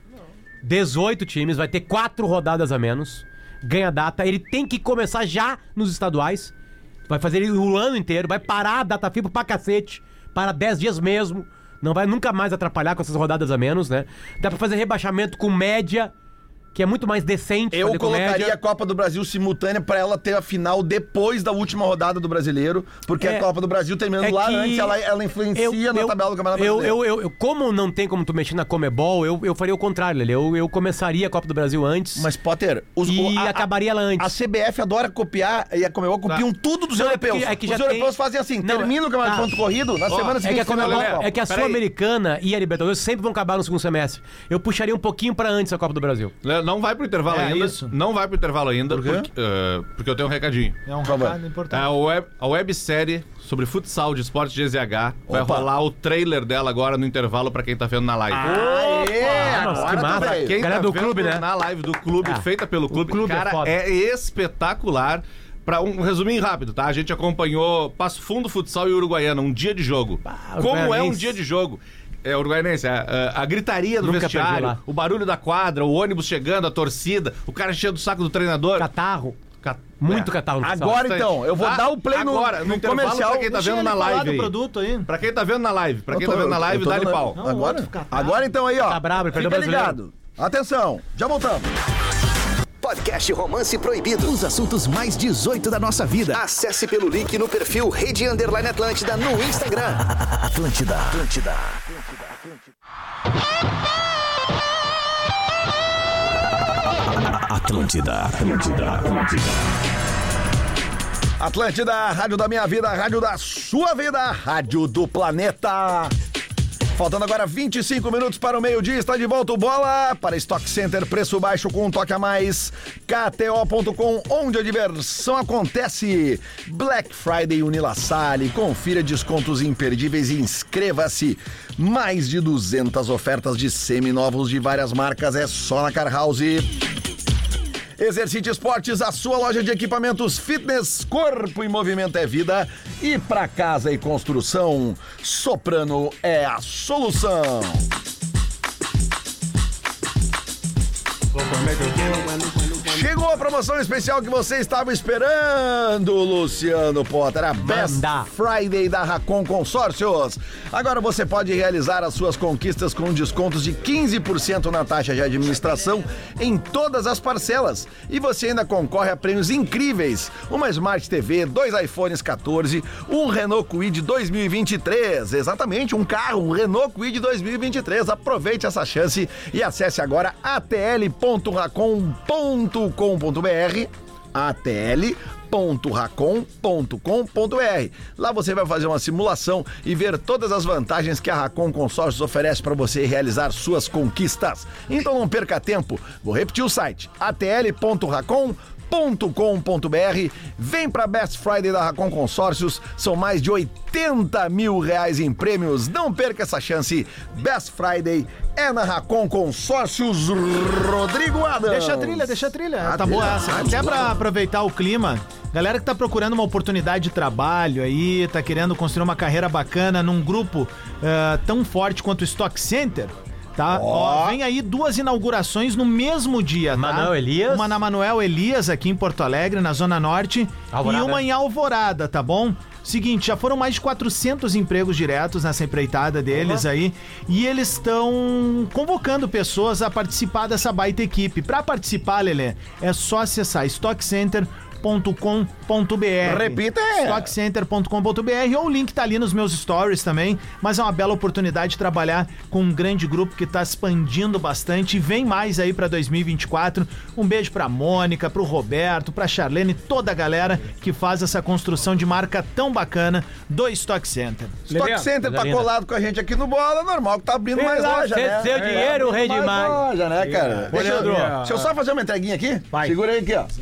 dezoito times. Vai ter quatro rodadas a menos. Ganha data. Ele tem que começar já nos estaduais. Vai fazer ele o ano inteiro. Vai parar a data FIFA pra cacete. Para dez dias mesmo. Não vai nunca mais atrapalhar com essas rodadas a menos, né? Dá pra fazer rebaixamento com média, que é muito mais decente. Eu fazer com colocaria média. a Copa do Brasil simultânea pra ela ter a final depois da última rodada do Brasileiro, porque É, a Copa do Brasil terminando é lá que antes, ela, ela influencia na tabela do Campeonato eu, Brasileiro. eu, eu, eu- como não tem como tu mexer na Comebol, eu, eu faria o contrário, Lelê. Eu, eu começaria a Copa do Brasil antes Mas, Potter, os, e o- a, a- acabaria ela antes. a C B F adora copiar e a Comebol copiam tudo dos Não, é europeus. porque- é que os já europeus tem- fazem assim, Não, termina o Campeonato tá. de ponto corrido, na semana É que seguinte... a, Comebol- final da Copa. é que a Peraí. Sul-Americana e a Libertadores sempre vão acabar no segundo semestre. Eu puxaria um pouquinho pra antes a Copa do Brasil. Não vai pro intervalo É, ainda. isso. Não vai pro intervalo ainda, Por quê? porque, eh, porque eu tenho um recadinho. É um favor. recado importante. A, web, a websérie sobre futsal de esporte G Z H vai Opa. rolar o trailer dela agora no intervalo pra quem tá vendo na live. Aê, Nossa, agora que tá massa. bem. Quem Galera tá do vendo clube, né? na live do clube, Ah, feita pelo clube, clube é cara, foda. é, espetacular. Pra um resuminho rápido, tá? A gente acompanhou Passo Fundo Futsal e Uruguaiana, um dia de jogo. Como é um Uruguaianense. dia de jogo? É, Uruguaianense, a, a, a gritaria do Nunca perdi vestiário, lá. o barulho da quadra, o ônibus chegando, a torcida, o cara enchendo o saco do treinador. Catarro. Ca- Muito é. catarro no futsal. Agora Bastante. então, eu vou Ah, dar o play no, agora, no no intervalo, comercial. pra quem tá Deixa vendo ele na falar live do aí. produto aí. Pra quem tá vendo na live, pra Eu quem tô- tá vendo na eu live, tô dá-lhe dando- pau. Não, o Agora, outro fica- agora então aí, ó. Tá brabo, ele perdeu Fica o brasileiro. ligado. Atenção, já voltamos. Podcast Romance Proibido. Os assuntos mais dezoito da nossa vida. Acesse pelo link no perfil Rede Underline Atlântida no Instagram. Atlântida, Atlântida. Atlântida, Atlântida, Atlântida. Atlântida, a rádio da minha vida, a rádio da sua vida, a rádio do planeta. Faltando agora vinte e cinco minutos para o meio-dia, está de volta o Bola para Stock Center, preço baixo com um toque a mais. K T O ponto com, onde a diversão acontece. Black Friday Unila Salle, confira descontos imperdíveis e inscreva-se. Mais de duzentas ofertas de seminovos de várias marcas, é só na Car House. Exercite Esportes, a sua loja de equipamentos fitness, corpo em movimento é vida. E para casa e construção, Soprano é a solução. Chegou a promoção especial que você estava esperando, Luciano Potter, a Best Manda. Friday da Racon Consórcios. Agora você pode realizar as suas conquistas com descontos de quinze por cento na taxa de administração em todas as parcelas. E você ainda concorre a prêmios incríveis: uma Smart T V, dois iPhones quatorze, um Renault Kwid dois mil e vinte e três. Exatamente, um carro, um Renault Kwid dois mil e vinte e três. Aproveite essa chance e acesse agora a t l ponto racon ponto com ponto b r. a t l ponto racon ponto com ponto b r. Lá você vai fazer uma simulação e ver todas as vantagens que a Racon Consórcios oferece para você realizar suas conquistas. Então não perca tempo. Vou repetir o site: a t l ponto racon ponto com ponto b r. Vem pra Best Friday da Racon Consórcios, são mais de oitenta mil reais em prêmios. Não perca essa chance. Best Friday é na Racon Consórcios. Rodrigo Adams. Deixa a trilha, deixa a trilha. Ah, tá boa trilha. essa. Ah, Até boa. pra aproveitar o clima, galera que tá procurando uma oportunidade de trabalho aí, tá querendo construir uma carreira bacana num grupo ah, tão forte quanto o Stock Center, tá? Ó, vem aí duas inaugurações no mesmo dia, tá? Manuel Elias. Uma na Manuel Elias, aqui em Porto Alegre, na Zona Norte, Alvorada. e uma em Alvorada, tá bom? Seguinte, já foram mais de quatrocentos empregos diretos nessa empreitada deles aí, e eles estão convocando pessoas a participar dessa baita equipe. Pra participar, Lelê, é só acessar stock center ponto com ponto b r. Repita! stock center ponto com ponto b r ou o link tá ali nos meus stories também, mas é uma bela oportunidade de trabalhar com um grande grupo que tá expandindo bastante e vem mais aí pra dois mil e vinte e quatro. Um beijo pra Mônica, pro Roberto, pra Charlene, toda a galera que faz essa construção de marca tão bacana do Stock Center. Stock Center tá colado com a gente aqui no Bola, normal que tá abrindo mais loja, né? Seu dinheiro rende mais. Mais loja, né, cara? Deixa eu, deixa eu só fazer uma entreguinha aqui. Vai. Segura aí aqui, ó.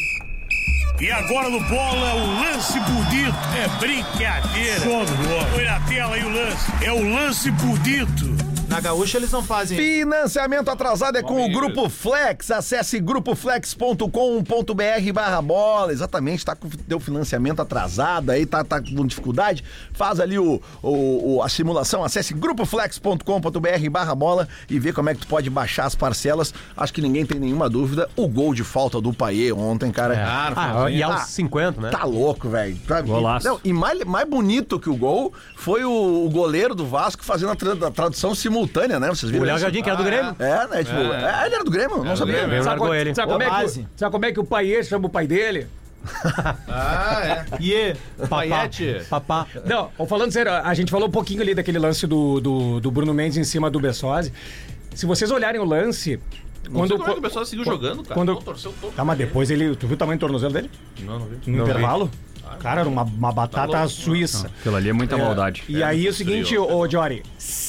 E agora no Bola, o lance bonito. É brincadeira. Show de bola. Põe na tela aí o lance. É o lance bonito. Na Gaúcha eles não fazem. Financiamento atrasado é com o Grupo Flex. Acesse grupo flex ponto com ponto b r barra bola. Exatamente, tá com deu financiamento atrasado aí, tá, tá com dificuldade. Faz ali o, o, o a simulação. Acesse grupo flex ponto com ponto b r barra bola e vê como é que tu pode baixar as parcelas. Acho que ninguém tem nenhuma dúvida. O gol de falta do Paiê ontem, cara. É. Ah, e aos cinquenta, né? Tá louco, velho. Golaço. Não, e mais, mais bonito que o gol foi o, o goleiro do Vasco fazendo a, tra a tradução simultânea, né? Vocês viram? O Léo isso? Jardim, que era do Grêmio. É, né? Tipo, é. É, ele era do Grêmio? Não sabia. Grêmio. Sabe, Largou ele. sabe, como é Base. que, sabe como é que o Paiê chama o pai dele? Ah, é. E yeah. Paiete. Papá. Não, falando sério, a gente falou um pouquinho ali daquele lance do, do, do Bruno Mendes em cima do Bessosi. Se vocês olharem o lance... Quando Quando, o pessoal seguiu jogando, cara. quando- Não, torceu todo. Tá, mas depois ele... Tu viu o tamanho do tornozelo dele? Não, não vi. No intervalo? Cara, era uma, uma batata louco. suíça. Aquilo ali é muita maldade. E É, aí é o muito seguinte, frio. ô Jory,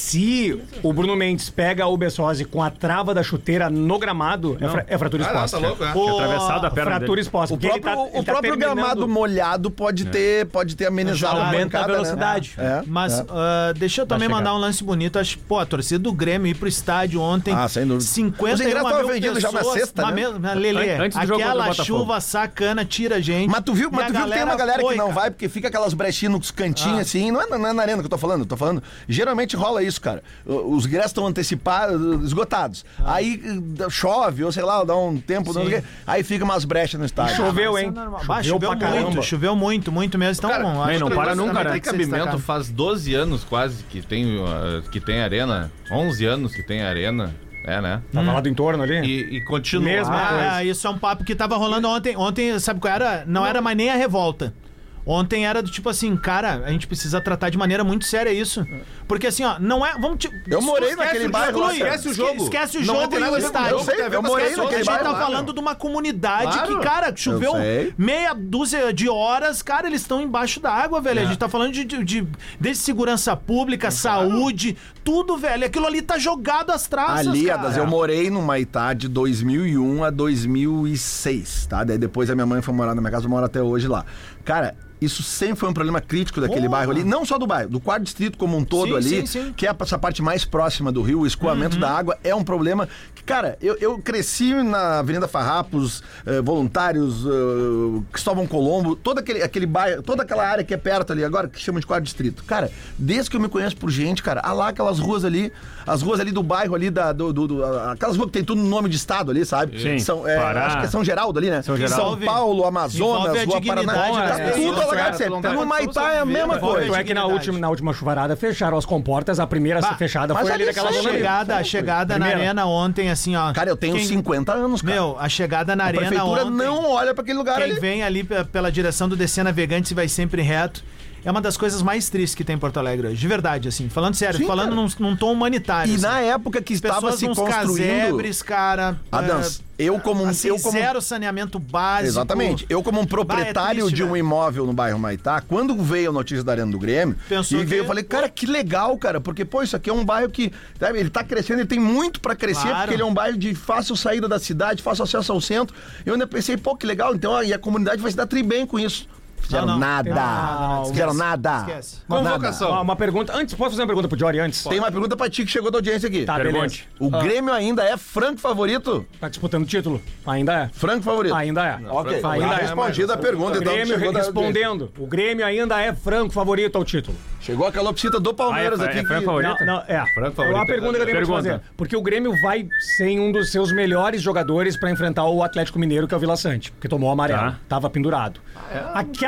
se o Bruno Mendes pega o Bessosi com a trava da chuteira no gramado, é, fra- é fratura Ah, não, exposta. tá louco, é. Pô, Atravessado a perna Fratura dele. exposta. O porque ele próprio, tá- ele o tá próprio terminando- gramado molhado pode ter, pode ter amenizado Já a aumenta a pancada, velocidade. Né? É. Mas ah, deixa eu também chegar. mandar um lance bonito. Acho, pô, a torcida do Grêmio ir pro estádio ontem. Ah, sem dúvida. cinquenta Os ingressos mil estavam vendidos já na pessoas, sexta, na né? mesma- Lelê, Antes do jogo contra o aquela Botafogo. chuva sacana tira a gente. Mas tu viu, E mas a tu viu que tem uma galera foi, que não cara. vai, porque fica aquelas brechinhas nos cantinhos, Ah. assim. Não é, na- não é na arena que eu tô falando, eu tô falando. Geralmente rola isso, cara. O- Os ingressos estão antecipados, esgotados. Aí eh, chove, ou sei lá, dá um tempo, não sei o quê. Aí fica umas brechas no estádio. Choveu, Isso é hein? normal. Bah, Choveu choveu pra muito, caramba. choveu muito, muito mesmo. Então, Cara, bom, nem acho não que para isso nunca, também né? tem Tem que ser cabimento, destacado. faz doze anos quase que tem, uh, que tem arena. onze anos que tem arena. É, né? Tava lá do entorno ali. E, e continua. Mesma coisa. Ah, isso é um papo que tava rolando ontem. Ontem, sabe qual era? Não era mais nem a revolta. Ontem era do tipo assim, cara, a gente precisa tratar de maneira muito séria isso. Porque assim, ó, não é. Vamos te, Eu morei esquece naquele o bairro jogo, lá, cara. Esquece o jogo. Esquece o Não jogo tem e nada o a ver com o estádio. jogo, tem a ver eu com morei as pessoas. A naquele gente bairro tá lá, falando meu. de uma comunidade Claro. que, cara, choveu Eu sei. meia dúzia de horas, cara, eles estão embaixo da água, velho. A gente tá falando de, de, de desde segurança pública, saúde, tudo, velho. Aquilo ali tá jogado às traças, Ali, cara. Adas, eu morei no Maitá de dois mil e um a dois mil e seis, tá? Daí depois a minha mãe foi morar na minha casa, eu moro até hoje lá. Cara, isso sempre foi um problema crítico daquele Porra. bairro ali, não só do bairro, do quarto distrito como um todo Sim, ali, sim, sim. que é essa parte mais próxima do rio, o escoamento da água é um problema que, cara, eu, eu cresci na Avenida Farrapos, eh, Voluntários, eh, Cristóvão Colombo, todo aquele, aquele bairro, toda aquela área que é perto ali agora, que chamam de quarto distrito. Cara, desde que eu me conheço por gente, cara, ah lá aquelas ruas ali, as ruas ali do bairro ali, da, do, do, do- aquelas ruas que tem tudo no nome de estado ali, sabe? Sim. São, é, Pará. acho que é São Geraldo ali, né? São Geraldo. São Paulo, Amazonas, Envolve a Rua Paraná, dignidade tá das tudo pessoas, alugado cara, sempre. não dá No pra Maitá é a você mesma ver, coisa. Tu é que na dignidade. última, na última chuvurada fecharam as comportas, a primeira a ser Bah, fechada mas foi é ali isso daquela aí. A zona ali. chegada, a chegada na Primeira. arena ontem, assim, ó. Cara, eu tenho quem- cinquenta anos, cara. Meu, a chegada na a arena prefeitura ontem. não olha pra aquele lugar Quem ali. vem ali pe- pela direção do D C Navegantes e vai sempre reto. É uma das coisas mais tristes que tem em Porto Alegre hoje. De verdade, assim. Falando sério, Sim, falando num, num tom humanitário. E assim. na época que As estava pessoas se nos construindo... casebres, cara. Adams, é, eu como um... assim, eu como... zero saneamento básico. Exatamente. Eu, como um proprietário triste, de um velho. imóvel no bairro Maitá, quando veio a notícia da Arena do Grêmio, Pensou e veio, que- eu falei, cara, que legal, cara, porque, pô, isso aqui é um bairro que, sabe, ele tá crescendo, ele tem muito pra crescer, Claro. porque ele é um bairro de fácil saída da cidade, fácil acesso ao centro. Eu ainda pensei, pô, que legal, então, ó, e a comunidade vai se dar tri bem com isso. Fizeram Não, não. nada. Não, Fizeram esquece. nada. Esquece. Convocação. Uma, uma pergunta. Antes, posso fazer uma pergunta pro Jory antes? Tem uma pergunta pra ti que chegou da audiência aqui. Tá, beleza. Pergunte. O Grêmio ainda é franco favorito? Tá disputando o título? Ainda é. Franco favorito. Ainda é. Ok, Ainda tá é. respondida a O pergunta, então. Grêmio Chegou, da audiência. respondendo. O Grêmio ainda é franco favorito ao título. Chegou a calopsita do Palmeiras Ah, é- aqui. é franco que- favorito? Não, não, é. Franco É uma favorito. pergunta que eu tenho pra te Pergunta. fazer. Porque o Grêmio vai sem um dos seus melhores jogadores pra enfrentar o Atlético Mineiro, que é o Vila Sante, que tomou o amarelo. Tá. Tava pendurado. Aquela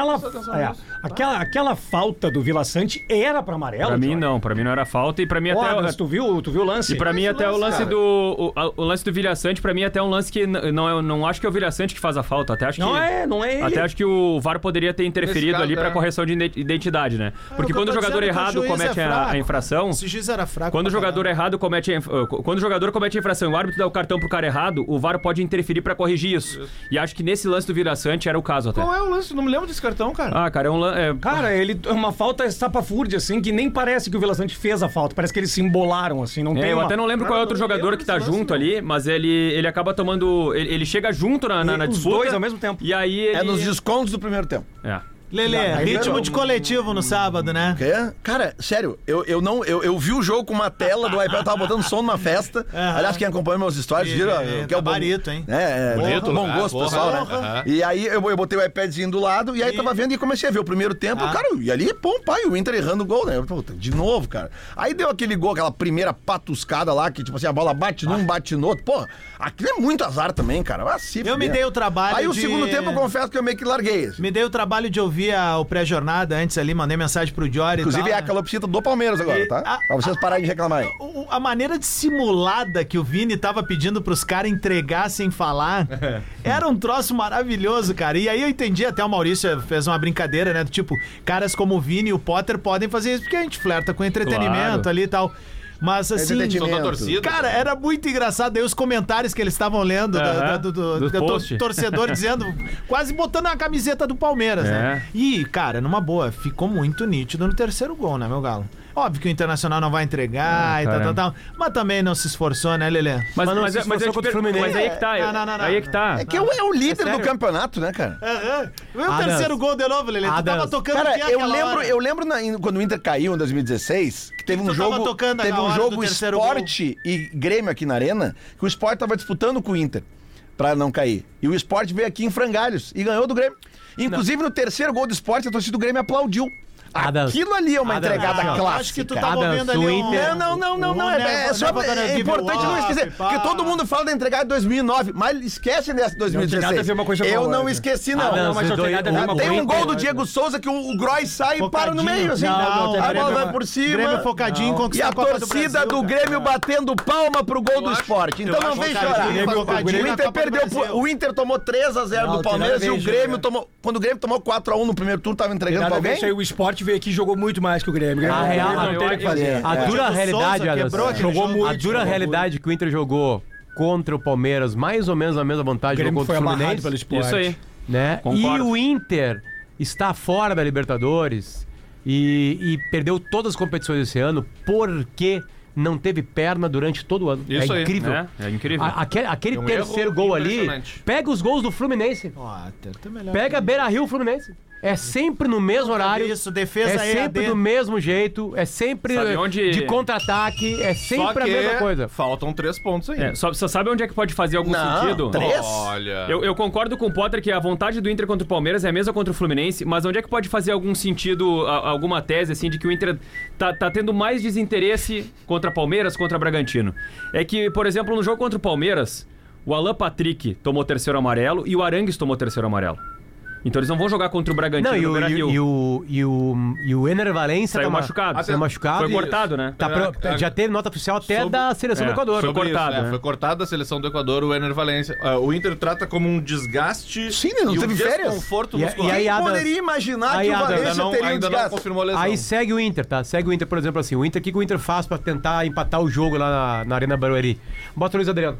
aquela, é, aquela, aquela falta do Vila Sante era pra amarelo? Pra mim Jorge? não, pra mim não era falta e pra mim Ó, até... mas tu viu, tu viu o lance? E pra mim até o lance do o, o lance do Vila Sante, pra mim até um lance que n- não é, não acho que é o Vila Sante que faz a falta, até acho que Não é, não é ele. Até acho que o V A R poderia ter interferido caso, ali pra é. correção de ide- identidade, né? Porque o que quando eu o tô jogador dizendo é que o errado juiz comete é a, fraco. a infração, Esse juiz era fraco. quando o pra jogador caralho. errado comete a, inf- quando o jogador comete a infração e o árbitro dá o cartão pro cara errado, o V A R pode interferir pra corrigir isso. E acho que nesse lance do Vila Sante era o caso até. Qual é o lance? Não me lembro desse cartão, cara. Ah, cara, é um lance... É... Cara, ele é uma falta estapafúrdia, assim, que nem parece que o Vila Sante fez a falta. Parece que eles se embolaram, assim, não É, tem eu uma... até não lembro qual é outro jogador que tá junto ali, mas ele, ele acaba tomando... Ele, ele chega junto na, na, na Os disputa. dois ao mesmo tempo. E aí ele... É nos descontos do primeiro tempo. É. Lelê, ritmo de coletivo no sábado, né? Quê? Cara, sério, eu, eu não. Eu, eu vi o jogo com uma tela do iPad, eu tava botando som numa festa. Aham. Aliás, quem acompanha meus stories, E- viram? e- Que é o bom- gabarito, hein? É, é Bonito, bom ah, gosto, porra, pessoal, né? aham. E aí eu, eu botei o iPadzinho do lado e aí E- tava vendo e comecei a ver o primeiro tempo. Ah. Cara, e ali, pô, pai, o Inter errando o gol, né? Eu, puta, de novo, cara. Aí deu aquele gol, aquela primeira patuscada lá, que tipo assim, a bola bate num, bate no outro. Pô, aquilo é muito azar também, cara. Ah, se Eu me fuder. dei o trabalho Aí o de- segundo tempo eu confesso que eu meio que larguei. assim. Me dei o trabalho de ouvir a- o pré-jornada antes ali, mandei mensagem pro Jory Inclusive e é tal, a né? calopsita do Palmeiras agora, E tá? a- Pra vocês pararem de reclamar aí. O- o- A maneira dissimulada que o Vini tava pedindo pros caras entregar sem falar era um troço maravilhoso, cara. E aí eu entendi, até o Maurício fez uma brincadeira, né? Do tipo, caras como o Vini e o Potter podem fazer isso porque a gente flerta com entretenimento Claro. ali e tal. Mas assim. entretenimento. São da torcida. Cara, era muito engraçado aí os comentários que eles estavam lendo da- Aham, da- do, do- do do tor- post. torcedor dizendo, quase botando a camiseta do Palmeiras, né? E, cara, numa boa, ficou muito nítido no terceiro gol, né, meu galo? Óbvio que o Internacional não vai entregar Ah, e tal, cara. tal, tal. Mas também não se esforçou, né, Lelê? Mas, Mas não mas, se é- mas, esforçou eu te contra o per- Fluminense. mas aí é que tá. Não, não, não, não. aí é que tá. É que eu, é o líder sério? do campeonato, né, cara? Aham. E o Adams. terceiro gol de novo, Lelê. Tu tava Adams. tocando Cara, o que eu aquela lembro, hora? eu lembro na- em- quando o Inter caiu em dois mil e dezesseis, que teve Que um tu tava jogo, tocando teve na um hora jogo do terceiro Sport e Grêmio aqui na Arena, que o Sport tava disputando com o Inter pra não cair. E o Sport veio aqui em frangalhos e ganhou do Grêmio. Inclusive no terceiro gol do Sport, a torcida do Grêmio aplaudiu. Adams. Aquilo ali é uma Adams. entregada Ah, clássica. acho que tu tava Adams, vendo ali o um... Inter- Não, não, não, não, não. um É, never- é só, never gonna é give importante you não up, esquecer. pá. Porque todo mundo fala da entregada de dois mil e nove, mas esquece dessa de dois mil e Não tem nada a dezesseis. ver uma coisa com a Eu outra. não esqueci, não. Ah, não, Não, mas se não tem dois- nada a ver o- uma o Tem um coisa. gol do Diego Souza que o, o Groy sai e para no meio, assim. Não, Não, não, tem a nada a bola ver. vai por cima. Grêmio focadinho em E conquistar a a Copa do torcida Brasil, do cara. Grêmio batendo palma pro gol do acho- Sport. Então eu não acho vem focadinho, chorar. Grêmio O focadinho na Inter Copa do perdeu. Brasil. O Inter tomou três a zero Não, do tem Palmeiras nada e a o ver, Grêmio Gê. tomou. Quando o Grêmio tomou quatro a um no primeiro turno, tava entregando pra Nada a ver alguém? isso aí, o Sport veio aqui e jogou muito mais que o Grêmio. O Grêmio A não- real- não eu tem o que acho- fazer. A É. dura Diego realidade, Souza Adams, quebrou aquele Jogou jogo. muito. a dura jogou realidade que o Inter jogou contra o Palmeiras, mais ou menos a mesma O vantagem Grêmio contra foi o amarrado Fluminense, pelo Sport. Isso aí. né? E Concordo. o Inter está fora da Libertadores e, e perdeu todas as competições esse ano porque não teve perna durante todo o ano. Isso é aí, incrível. É, é incrível. A- aquele aquele É um terceiro erro gol ali, impressionante. pega os gols do Fluminense. Ó, tá- tá melhor. Pega Beira-Rio Fluminense. É sempre no mesmo horário. Isso, defesa é sempre E A D. do mesmo jeito. É sempre Sabe eh, onde- de contra-ataque. É Só sempre a que mesma coisa. faltam três pontos ainda. É, só, só sabe onde é que pode fazer algum Não, sentido? três? Olha. Eu, eu concordo com o Potter que a vontade do Inter contra o Palmeiras é a mesma contra o Fluminense, mas onde é que pode fazer algum sentido, a- alguma tese, assim, de que o Inter tá, tá tendo mais desinteresse contra Palmeiras, contra Bragantino? É que, por exemplo, no jogo contra o Palmeiras, o Alan Patrick tomou terceiro amarelo e o Arangues tomou terceiro amarelo. Então eles não vão jogar contra o Bragantino Não, e no o, Beira-Rio. e, o, e, o, e o Ener Valencia Saiu tá ma- machucado. Saiu machucado. Foi cortado, né? Tá pro- É, é, já teve nota oficial até sobre- da seleção é, do Equador. foi Sobre cortado, isso, é, né? foi cortado da seleção do Equador o Ener Valencia. Ah, o Inter trata como um desgaste Sim, ele não e teve um férias. desconforto E- muscular. e aí, Quem Adams- poderia imaginar Aí, que o Adams, Valência ainda não, teria um ainda não desgaste? confirmou a lesão. Aí segue o Inter, tá? Segue o Inter, por exemplo, assim. O Inter, o que, que o Inter faz pra tentar empatar o jogo lá na, na Arena Barueri? Bota o Luiz Adriano.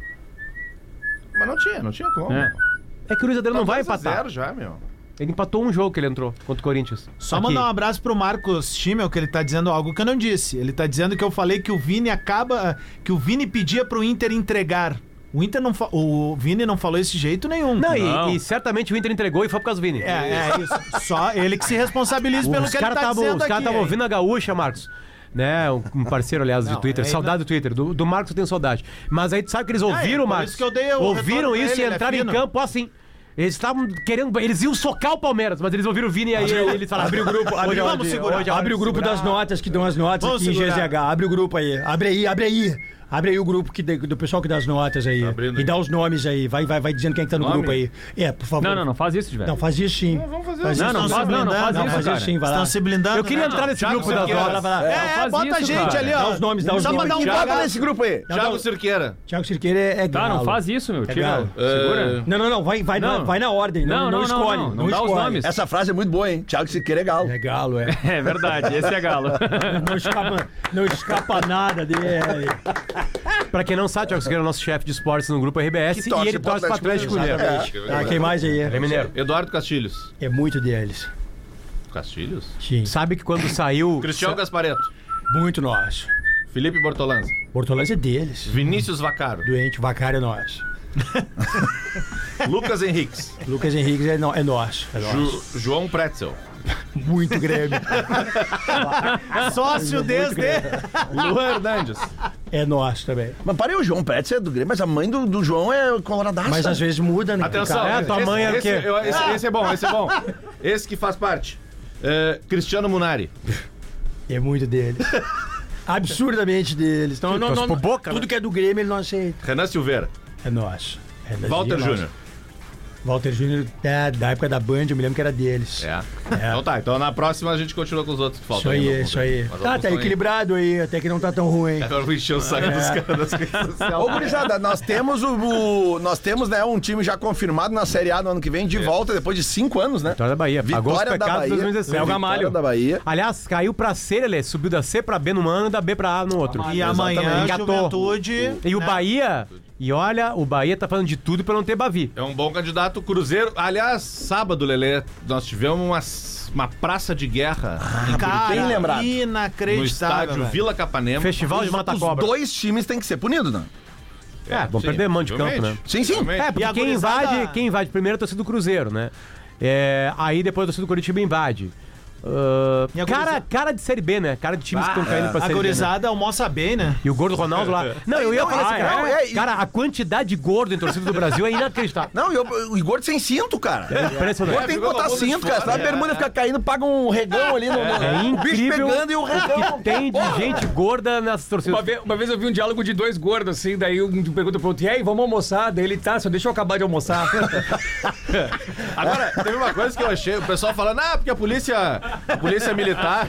Mas não tinha, não tinha como. É. É que o Luiz Adriano não vai dois a empatar. zero já, meu. Ele empatou um jogo que ele entrou contra o Corinthians. Só Aqui. mandar um abraço pro Marcos Schimmel, que ele tá dizendo algo que eu não disse. Ele tá dizendo que eu falei que o Vini acaba. Que o Vini pedia pro Inter entregar. O Inter não fa... O Vini não falou esse jeito nenhum. Não, Não. E, e certamente o Inter entregou e foi por causa do Vini. É, é isso. Só ele que se responsabiliza pelo Os que ele caras tá estavam dizendo aqui. estavam hein? ouvindo a gaúcha, Marcos. Né? Um, um parceiro, aliás, de Não, Twitter. é, Saudade não- do Twitter. Do, do Marcos eu tenho saudade. Mas aí tu sabe que eles ouviram, é, por Marcos. isso que eu dei o ouviram retorno isso dele, e ele é entraram em fino. campo assim. Eles estavam querendo. Eles iam socar o Palmeiras, mas eles ouviram o Vini e aí eles falaram. Abre o grupo, abre, Vamos segurar. hoje, abre o grupo das notas que dão as notas Vamos aqui segurar. em G Z H. Abre o grupo aí. Abre aí, abre aí. Abre aí o grupo que, do pessoal que dá as notas aí. Tá e dá os nomes aí. Vai, vai, vai dizendo quem é que tá no Nome? grupo aí. É, por favor. Não, não, não faz isso, velho. Não, faz isso sim. Não, vamos fazer faz isso. Não, não, faz, não, não faz não, isso, faz cara. isso sim, vai lá. Estão se blindando. Eu queria né? entrar nesse Thiago grupo das Cerqueira. notas. Vai lá. É, Faz bota isso, a gente cara. ali, ó. Dá os nomes, dá os Só nomes. mandar um Thiago bota nesse grupo aí. Thiago Cirqueira. Thiago Cirqueira é, é Tá, galo. não faz isso, meu. É Tira. galo. Segura. Não, não, não. Vai, vai, Não. Na, vai na ordem. Não, Não, não, não, não, escolhe. não. Não, Não dá os escolhe. nomes. Essa frase é muito boa, hein? Thiago Siqueira é galo. É galo, é. É verdade, esse é galo. Não escapa, não escapa nada dele. Pra quem não sabe, Thiago Siqueira é o nosso chefe de esportes no grupo R B S Que e torce ele pro torce pro Atlético Atlético Mineiro. Mineiro. Tá, quem mais aí? Ele é mineiro. Eduardo Castilhos. É muito deles. Castilhos? Sim. Sabe que quando saiu... Cristiano Gasparetto. Muito nosso. Felipe Bortolanza. Bortolanza é deles. Vinícius Vacaro. Doente, Vacário é nosso. Lucas Henriques. Lucas Henrique é, no, é nosso. É nosso. Ju, João Pretzel. Muito Grêmio. Sócio desde... Luan Hernandes. É nosso também. Mas parei, o João Pérez é do Grêmio, mas a mãe do, do João é coloradaça. Mas às vezes muda, né? Atenção, Cara, É, a tua esse, mãe é o esse, quê? eu- esse, esse é bom, esse é bom. Esse que faz parte. É, Cristiano Munari. é muito deles. Absurdamente deles. Então, não, não, pro Boca, tudo né? que é do Grêmio ele não aceita. Renan Silveira. É nosso. É das- Walter é nosso. Júnior. Walter Júnior, é, da época da Band, eu me lembro que era deles. É. É. Então tá, então na próxima a gente continua com os outros que Isso faltam. aí, ainda. isso aí. Mas Tá, alguns tá estão aí. equilibrado aí, até que não tá tão ruim. Agora eu vou encher o saco dos caras das redes sociais. Ô, gurizada, nós temos o, o- nós temos, né, um time já confirmado na Série A no ano que vem, de volta depois de cinco anos, né? Vitória da Bahia. Pagou os Vitória da pecados de Bahia. dois mil e dezesseis. Léo Vitória Gamalho. da Bahia. Aliás, caiu pra C, ele subiu da C pra B num ano e da B pra A no outro. E amanhã, Engatou. Juventude... E o né? Bahia, e olha, o Bahia tá fazendo de tudo pra não ter Bavi. É um bom candidato. O Cruzeiro. Aliás, sábado, Lelê, nós tivemos uma, uma praça de guerra em Cara, Bem lembrado. no inacreditável, estádio velho. Vila Capanema. Festival de Os Mata-Cobra. dois times têm que ser punidos, né? É, vão sim, perder mão de campo, né? realmente. Sim, sim. Realmente. É, porque E a quem gurizada- invade, quem invade primeiro é a torcida do Cruzeiro, né? É, aí depois a torcida do Curitiba invade. Ah, E a cara, gurizada- cara de Série B, né? Cara de times que estão caindo pra A Série B. Né? gurizada almoça bem, né? E o gordo Ronaldo lá. Não, eu ia Não, falar ah, assim, cara, é, é, cara, a quantidade de gordo em torcida do Brasil é inacreditável. Não, e o, o Igor sem cinto, cara. É O impressionante. Igor tem que ficou botar com a bunda de cinto, cara. fora, Senão a bermuda fica caindo, paga um regão ali no, no- É o bicho incrível pegando e o o regão. que tem de gente gorda nessas torcidas. Uma vez, uma vez eu vi um diálogo de dois gordos, assim, daí um pergunta pro outro, e aí, vamos almoçar? Daí ele, tá, só deixa eu acabar de almoçar. Agora, teve uma coisa que eu achei, o pessoal falando, ah, porque a polícia, a polícia militar,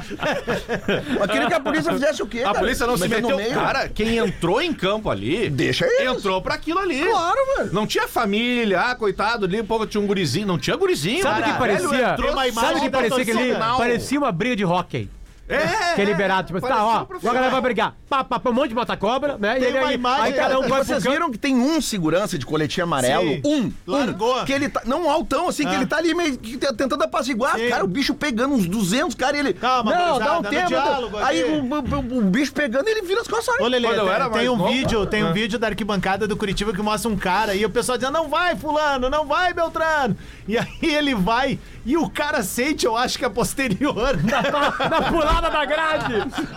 Mas queria que a polícia fizesse o quê, a cara? polícia não se Metendo meteu. no meio? Cara, quem entrou em campo ali, Deixa eles. entrou pra aquilo ali. Claro, velho. Não tinha família, ah, coitado, ali, um pouco tinha um gurizinho, não tinha gurizinho. Sabe o cara. que parecia? Velho, entrou uma imagem Sabe o que da parecia que ele torcida. parecia uma briga de hóquei. É, Que é liberado, tipo assim, tá, ó, agora a galera vai brigar. Pá, pá, pá, um monte de mata-cobra, né? Tem e ele uma aí, imagem, aí cada um E vai pro vocês campo. viram que tem um segurança de coletinho amarelo? Sim. Um. Largou. Um, que ele tá. Não altão, assim, que Ah. ele tá ali meio que t- tentando apaziguar. Sim. Cara, o bicho pegando uns duzentos, cara, e ele. Calma, não, gurizada, dá um no tempo. diálogo Aí aqui. o, o- o bicho pegando e ele vira as costas. Ô, Lelê, Quando eu tem, era tem mais um novo, vídeo, tem um né? vídeo da arquibancada do Curitiba que mostra um cara e o pessoal dizendo, não vai, fulano, não vai, Beltrano. E aí ele vai e o cara sente, eu acho que é posterior. Na pulada da grade.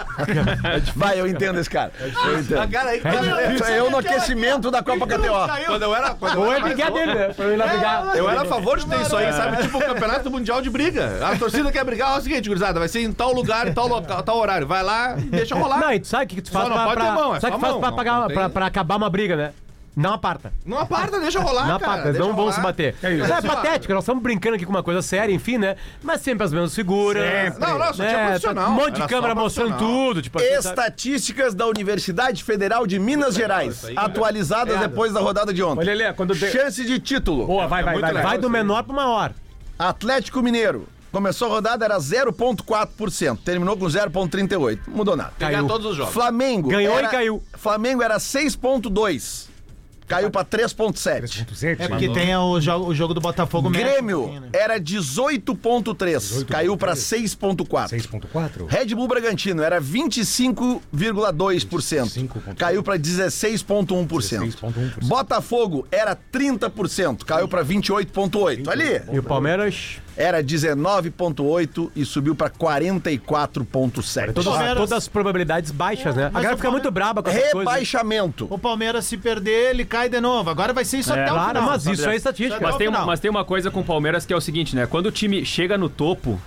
Vai, eu entendo esse cara. Eu entendo. A cara aí, Isso é eu no aquecimento da Copa K T O. quando eu era, quando eu Ou era é mais brigar novo, dele, né? Pra eu ir lá brigar. eu era a favor de ter isso aí, sabe? Tipo o campeonato mundial de briga. A torcida quer brigar, ó, é o seguinte, gurizada, vai ser em tal lugar, em tal local, tal horário. Vai lá e deixa rolar. Não, e tu sabe o que tu Só faz não pra, pode pra, ter mão, é sabe o que só faz mão, pra, não- pagar, não tem- pra, pra acabar uma briga, né? Não aparta. Não aparta, deixa rolar, Não cara. aparta, eles deixa não vão rolar. se bater. É, isso. patético, nós estamos brincando aqui com uma coisa séria, enfim, né? Mas sempre as mesmas figuras. Não, não, só tinha né? profissional. Um monte de Era só câmera mostrando profissional. tudo. Tipo, assim, sabe? Estatísticas da Universidade Federal de Minas Gerais, atualizadas depois da rodada de ontem. Olha, Lelê, quando tem... Chance de título. Boa, vai, vai, muito vai. vai. legal. Vai do menor pro maior. Atlético Mineiro. Começou a rodada, era zero vírgula quatro por cento. Terminou com zero vírgula trinta e oito por cento. Mudou nada. Ganhar todos os jogos. Flamengo. Ganhou era- e caiu. Flamengo era seis vírgula dois por cento. Caiu pra três vírgula sete por cento. É porque tem o jogo, o jogo do Botafogo mexe um Grêmio pouquinho, né? era dezoito vírgula três por cento. Caiu pra seis vírgula quatro por cento. seis ponto quatro? Red Bull Bragantino era vinte e cinco vírgula dois por cento. Caiu para dezesseis vírgula um por cento. dezesseis vírgula um por cento. Botafogo era trinta por cento. Caiu para vinte e oito vírgula oito por cento. Ali E o Palmeiras, era dezenove vírgula oito por cento e subiu para quarenta e quatro vírgula sete por cento. todas, Palmeiras- todas as probabilidades baixas, né? A mas galera o fica muito Palmeiras- braba com essas coisas. Rebaixamento. O Palmeiras, se perder, ele cai de novo. Agora vai ser isso É. até o Claro, final. mas isso é estatística. Até Mas o tem, uma, final. mas tem uma coisa com o Palmeiras que é o seguinte, né? Quando o time chega no topo,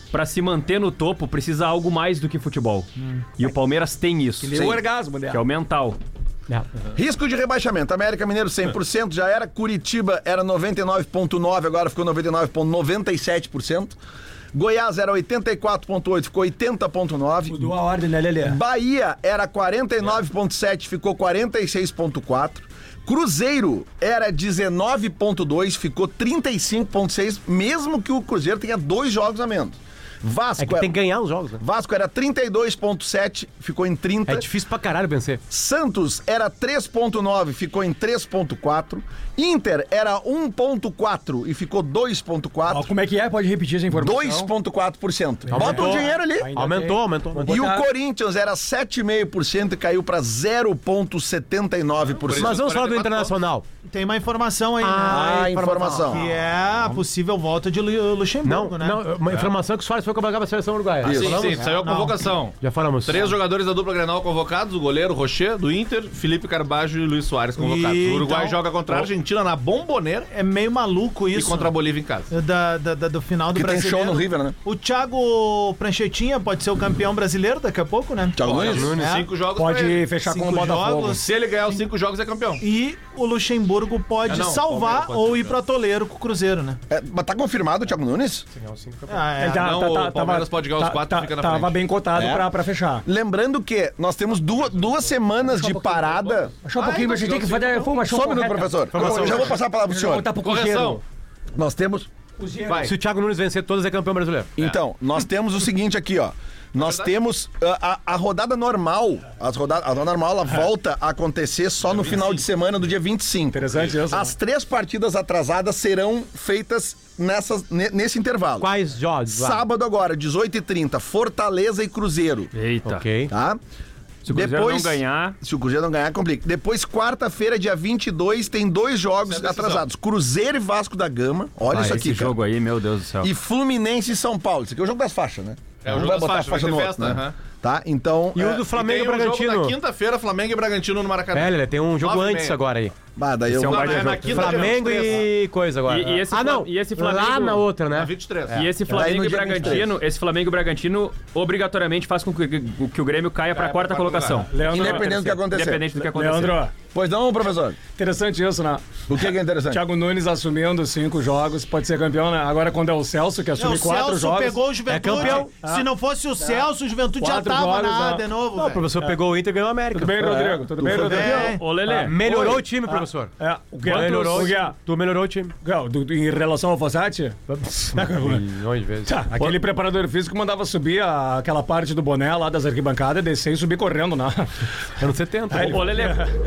pra se manter no topo, precisa algo mais do que futebol. Hum. E o Palmeiras tem isso. Que é o orgasmo dela. Que é o mental. É. Risco de rebaixamento. América Mineiro cem por cento já era. Curitiba era noventa e nove vírgula nove por cento, agora ficou noventa e nove vírgula noventa e sete por cento. Goiás era oitenta e quatro vírgula oito por cento, ficou oitenta vírgula nove por cento. Mudou a ordem, né, Lelê? Bahia era quarenta e nove vírgula sete por cento, ficou quarenta e seis vírgula quatro por cento. Cruzeiro era dezenove vírgula dois por cento, ficou trinta e cinco vírgula seis por cento, mesmo que o Cruzeiro tenha dois jogos a menos. Vasco é que tem que ganhar os jogos, né? Vasco era trinta e dois vírgula sete, ficou em trinta. É difícil pra caralho vencer. Santos era três vírgula nove, ficou em três vírgula quatro. Inter era um vírgula quatro e ficou dois vírgula quatro. Ó, como é que é? Pode repetir essa informação. dois vírgula quatro por cento. Aumentou. Bota o dinheiro ali. Ainda aumentou, aumentou, aumentou. E o Corinthians era sete vírgula cinco por cento e caiu pra zero vírgula setenta e nove por cento. Mas vamos falar do Internacional. Tem uma informação aí, ah, né? informação. Que é a possível volta de Luxemburgo, não, né? Não, uma informação que o Soares foi convocado pra seleção uruguaia. Ah, sim, sim, saiu a convocação. Já falamos. Três jogadores da dupla Grenal convocados, o goleiro Rocher, do Inter, Felipe Carbajo e Luiz Soares convocados. E, o Uruguai então, joga contra a Argentina na Bomboneira. É meio maluco isso. E contra a Bolívia em casa. Da, da, da, do final do que brasileiro. Tem show no River, né? O Thiago Pranchettinha pode ser o campeão brasileiro daqui a pouco, né? Thiago Nunes. É. Cinco jogos Pode fechar cinco com o Botafogo. jogos. Se ele ganhar os cinco jogos, é campeão. E o Luxemburgo pode é, não, salvar pode ou ir pra Toleiro com o Cruzeiro, né? É, mas tá confirmado o Thiago Nunes? Ah, é. Ele tá- Não, tá- o tá- Palmeiras tava- pode ganhar os tá- quatro e tá- fica na Tava frente. bem cotado É. pra, pra fechar. Lembrando que nós temos duas, duas semanas de parada. Achou um pouquinho, mas a gente tem que fazer. Foi uma Só um minuto, professor. Eu já vou passar a palavra pro senhor. Tá pro Correção. Nós temos... Vai. Se o Thiago Nunes vencer todas, é campeão brasileiro. Então, nós temos o seguinte aqui, ó. Nós temos a, a, a rodada normal. As roda, a rodada normal, ela volta a acontecer só no final de semana do dia vinte e cinco. Interessante isso. As três partidas atrasadas serão feitas nessas, ne- nesse intervalo. Quais jogos? lá? Sábado agora, dezoito e trinta, Fortaleza e Cruzeiro. Eita. Ok. Tá? Se o Cruzeiro não ganhar... Se o Cruzeiro não ganhar, complica. Depois, quarta-feira, dia vinte e dois, tem dois jogos atrasados. Cruzeiro e Vasco da Gama. Olha Ah, isso esse aqui, cara. jogo aí, meu Deus do céu. E Fluminense e São Paulo. Isso aqui é o jogo das faixas, né? É, o Um jogo vai das botar faixas, a faixa vai no ter outro, festa, né? aham. Tá? Então... E é... o do Flamengo e Tem um jogo Bragantino? na quinta-feira, Flamengo e Bragantino no Maracanã. É, ele tem um jogo Nove e antes meia. agora aí. Bah, daí eu Esse é um vou... baita É, na jogo. quinta, Flamengo dia vinte e três. e coisa agora. E- e esse ah, Fla- não. e esse Lá Flamengo- na outra, né? Na vinte e três. E esse Daí Flamengo no e dia vinte e três. Bragantino, esse Flamengo e Bragantino obrigatoriamente faz com que, que- que o Grêmio caia pra quarta colocação. Leandro, Independente do que acontecer. Independente do que acontecer. Leandro, Pois não, professor? interessante isso, né? O que que é interessante? Thiago Nunes assumindo cinco jogos, pode ser campeão, né? Agora quando é o Celso que Não, assume o quatro Celso jogos. pegou o Juventude. É campeão. Se não fosse o Celso, o Juventude já Quatro tava jogos, na né? de novo. Não, o velho. professor pegou o Inter e ganhou o América. Tudo bem, Rodrigo? Tudo bem, foi Rodrigo? bem. Ô, Lelê, Melhorou Oi. o time, professor. É, o que? Melhorou. O que? Tu melhorou o time. Não, do- do- Em relação ao Fossati? Milhões de vezes. Tá, aquele preparador físico mandava subir a- aquela parte do boné lá das arquibancadas, descer e subir correndo, né? Anos setenta. ô, Lelê,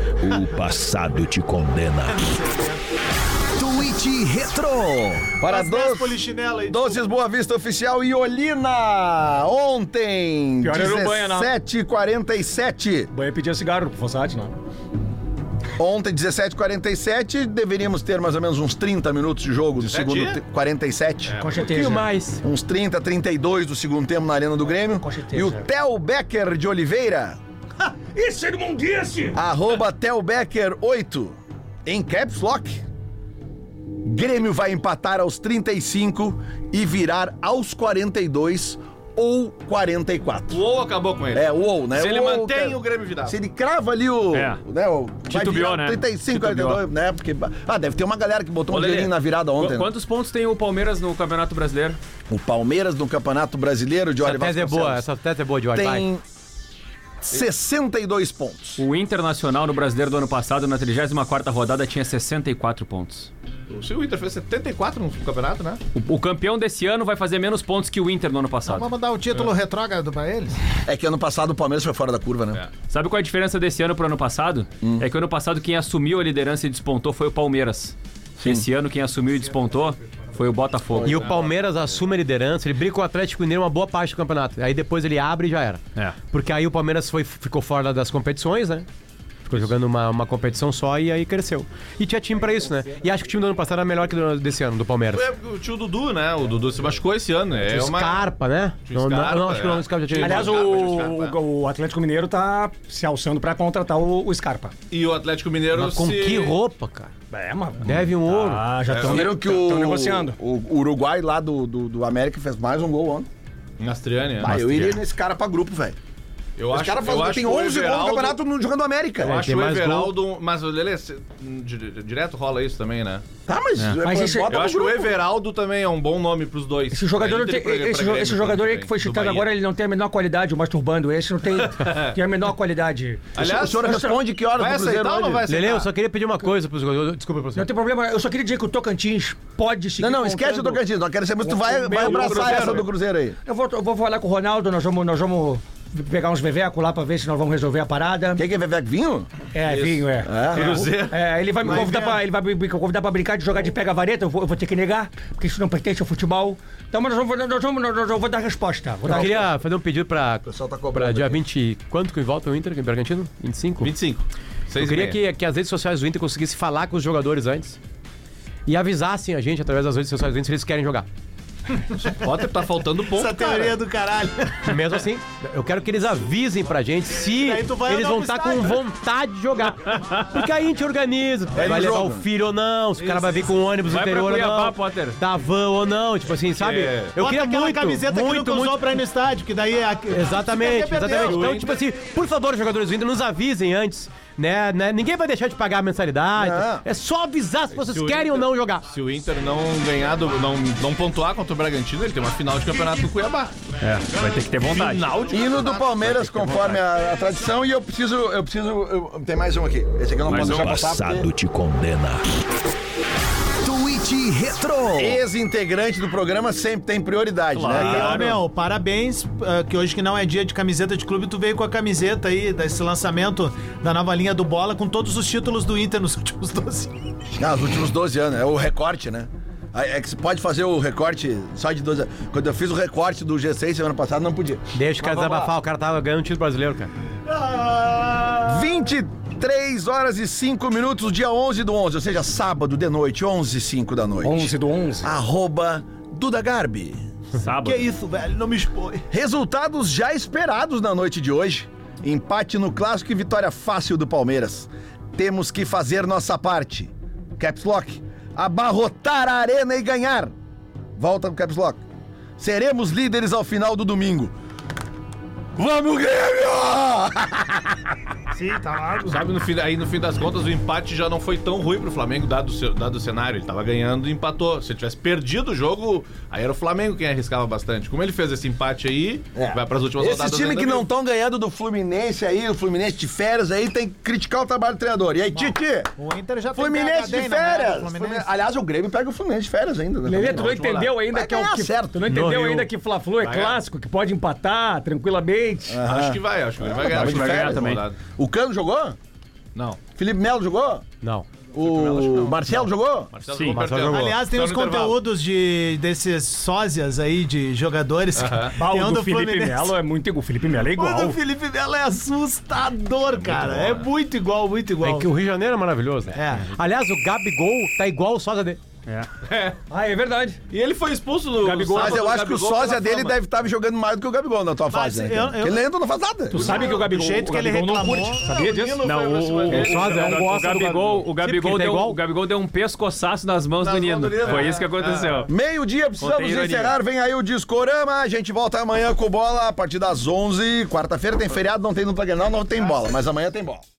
O passado te condena. Tweet Retro. Para As dez doce, polichinelo aí. Doces Boa Vista Oficial e Olina. Ontem, Pior era o banho, né? dezessete e quarenta e sete. O banho pedia cigarro pro Fossati, né? Ontem, dezessete e quarenta e sete, deveríamos ter mais ou menos uns trinta minutos de jogo do dezessete? segundo tempo. quarenta e sete. Com Um certeza. pouquinho mais. Uns trinta, trinta e dois do segundo tempo na Arena do Grêmio. Com certeza. E o Theo Becker de Oliveira, Esse irmão desse! arroba Theo Becker oito, em Caps Lock. Grêmio vai empatar aos trinta e cinco e virar aos quarenta e dois ou quarenta e quatro. O ou acabou com ele. É, ou, né? Se ele Ou, mantém cara, o Grêmio virado. Se ele crava ali o... É. Né, o vai Titubeou, virar né? trinta e cinco, Titubeou. quarenta e dois, né? Porque... Ah, deve ter uma galera que botou um Ô, Lelê, dinheirinho na virada ontem. qu- né? quantos pontos tem o Palmeiras no Campeonato Brasileiro? O Palmeiras no Campeonato Brasileiro de Essa Oliver tese é boa, essa tese é boa de Vai. tem sessenta e dois pontos. O Internacional no Brasileiro do ano passado, na trigésima quarta rodada, tinha sessenta e quatro pontos. O Inter fez setenta e quatro no campeonato, né? O, o campeão desse ano vai fazer menos pontos que o Inter no ano passado. Vamos dar o título retrógrado pra eles? É que ano passado o Palmeiras foi fora da curva, né? Sabe qual é a diferença desse ano pro ano passado? É que o ano passado quem assumiu a liderança e despontou foi o Palmeiras. Esse ano quem assumiu e despontou foi o Botafogo. E o Palmeiras assume a liderança, ele briga com o Atlético Mineiro uma boa parte do campeonato. Aí depois ele abre e já era. É. Porque aí o Palmeiras foi, ficou fora das competições, né? Ficou jogando uma, uma competição só e aí cresceu. E tinha time pra isso, né? E acho que o time do ano passado era melhor que o desse ano, do Palmeiras. É, o tio Dudu, né? O Dudu se machucou esse ano. É Tinha o uma... Scarpa, né? Tinha Não, não, Scarpa, não, acho que é. o Scarpa já tinha. Aliás, Scarpa, o, Scarpa. o Atlético Mineiro tá se alçando pra contratar o, o Scarpa. E o Atlético Mineiro Mas com se... que roupa, cara? É, mano. Deve um ouro. Ah, já estão Viram que o, negociando. o Uruguai lá do, do, do América fez mais um gol ontem. Nastriani, é. Ah, eu iria nesse cara pra grupo, velho. Eu Esse acho, cara faz, eu acho tem que o onze gols no Everaldo- campeonato no- jogando América. Eu É, acho tem o mais Everaldo... Mas, Lelê, cê- di- direto rola isso também, né? Tá, mas, é. Mas esse- bota Eu no acho que o grupo. Everaldo também é um bom nome pros dois. Esse jogador, Pra não tem, Inter e pra- esse, pra jo- Grêmio esse jogador aí que foi também, do citado Bahia. agora, ele não tem a menor qualidade, o masturbando esse, não tem, tem a menor qualidade. Aliás, o senhor responde que horas vai do Cruzeiro aceitar ou não hoje? vai aceitar? Lele, eu só queria pedir uma coisa pros jogadores. Desculpa pra você. Não tem problema, eu só queria dizer que o Tocantins pode seguir Não, não, esquece o contando- Tocantins. Não quero saber se tu O- vai, o vai meu abraçar Cruzeiro. essa do Cruzeiro aí. Eu vou, eu vou falar com o Ronaldo, nós vamos, nós vamos pegar uns vevecos lá pra ver se nós vamos resolver a parada. Quem que é Veveco Vinho? É, vinho, é. Cruzeiro. É, ele vai me convidar pra, ele vai me convidar pra brincar de jogar de pega-vareta, eu vou, eu vou ter que negar, porque isso não pertence ao futebol. Então, mas nós vamos, nós vamos, nós vamos, eu vou dar resposta. Vou dar Eu queria fazer um pedido pra, pessoal tá pra cobrando dia aqui. vinte. Quanto que volta o Inter em Bragantino? vinte e cinco? vinte e cinco. Eu queria que, que as redes sociais do Inter conseguissem falar com os jogadores antes e avisassem a gente através das redes sociais do Inter se eles querem jogar. Potter, tá faltando ponto, Essa teoria cara. do caralho. Mesmo assim, eu quero que eles avisem pra gente se Daí tu vai eles andar vão pro estar com estádio. vontade de jogar. Porque aí a gente organiza. Vai no levar jogo. o filho ou não, se o cara vai vir com o ônibus Vai pra interior ou Cuiabá, não. Potter. Da van ou não, tipo assim, sabe? É. Eu Bota queria aquela muito, camiseta que muito, nunca usou muito. pra ir no estádio, que daí é... Exatamente, Você quer perder, exatamente. o Então, Inter- tipo assim, por favor, jogadores do Inter, nos avisem antes, né? né? Ninguém vai deixar de pagar a mensalidade. Não. É só avisar se vocês Se o querem ou Inter- não jogar. Se o Inter não ganhar, do, não, não pontuar contra o Bragantino, ele tem uma final de campeonato no Cuiabá. É, vai ter que ter vontade. Final de Hino do Palmeiras, conforme a, a tradição, e eu preciso, eu preciso, eu- tem mais um aqui. Esse aqui eu não Mais posso um. deixar passar, porque... te condena. Tweet Retro. Ex-integrante do programa sempre tem prioridade, né, E, cara? ô, meu, parabéns, ah, que hoje que não é dia de camiseta de clube, tu veio com a camiseta aí, desse lançamento da nova linha do Bola, com todos os títulos do Inter nos últimos doze anos. Ah, os últimos doze anos, é o recorte, né? Aí É que você pode fazer o recorte só de doze anos. Quando eu fiz o recorte do G seis semana passada, não podia. Deixa o cara Mas vamos desabafar, o cara tava ganhando um título brasileiro, cara. vinte e três horas e cinco minutos, dia onze do onze, ou seja, sábado de noite, onze e cinco da noite. onze do onze. Arroba Duda Garbi. Sábado. Que isso, velho, não me expõe. Resultados já esperados na noite de hoje. Empate no clássico e vitória fácil do Palmeiras. Temos que fazer nossa parte. Caps Lock. Abarrotar a arena e ganhar. Volta no Caps Lock. Seremos líderes ao final do domingo. Vamos, Grêmio! Sim, tá lá. Sabe, no fim, aí no fim das contas, o empate já não foi tão ruim pro Flamengo, dado o, seu- dado o cenário. Ele tava ganhando e empatou. Se ele tivesse perdido o jogo, aí era o Flamengo quem arriscava bastante. Como ele fez esse empate aí, vai pras últimas Esses rodadas. times ainda que não vivo. estão ganhando do Fluminense aí, o Fluminense de férias aí, tem que criticar o trabalho do treinador. E aí, Titi? O Inter já tem Fluminense P H D de na merda, férias! Fluminense. Fluminense- Aliás, o Grêmio pega o Fluminense de férias ainda. Né? Lelê, tu não entendeu ainda Vai que é o ganhar que certo. Tu não No entendeu Rio. ainda que Fla-Flu é Vai ganhar. clássico, que pode empatar tranquilamente. Acho que vai, acho que ele vai ganhar. tava Acho de que vai ganhar férias também. também. O Cano jogou? Não. Felipe Melo jogou? Não. O Marcelo jogou? Marcelo Sim. jogou Marcelo perdendo. jogou. Aliás, tem Só uns no intervalo. conteúdos de, desses sósias aí de jogadores. Bah, Tem o um do do Felipe Fluminense. Melo é muito igual. O Felipe Melo é O igual. do Felipe Melo é assustador, cara. bom, é né? muito igual, muito igual. É que o Rio de Janeiro é maravilhoso, né? É. Aliás, o Gabigol tá igual o sósia dele. Ah, é verdade. E ele foi expulso do Gabigol. Mas eu sábado, acho que o Gabigol sósia pela dele fama. deve estar jogando mais do que o Gabigol na tua Mas fase, né? eu- cara? eu- Porque ele ainda não faz nada. Tu sabe que o Gabigol, jeito o que ele Gabigol não reclamou. curte. Sabia disso? Não, o, o, O sósia o, não o gosta do Gabigol, o Gabigol, porque tá deu, igual. o Gabigol deu um pescoçaço nas mãos Nas do mãos Nino. do Nino. Foi isso que aconteceu. Meio-dia, precisamos Contém ironia. encerrar. Vem aí o Discorama. A gente volta amanhã com bola a partir das onze. Quarta-feira tem feriado, não tem no Grenal, não tem bola. Mas amanhã tem bola.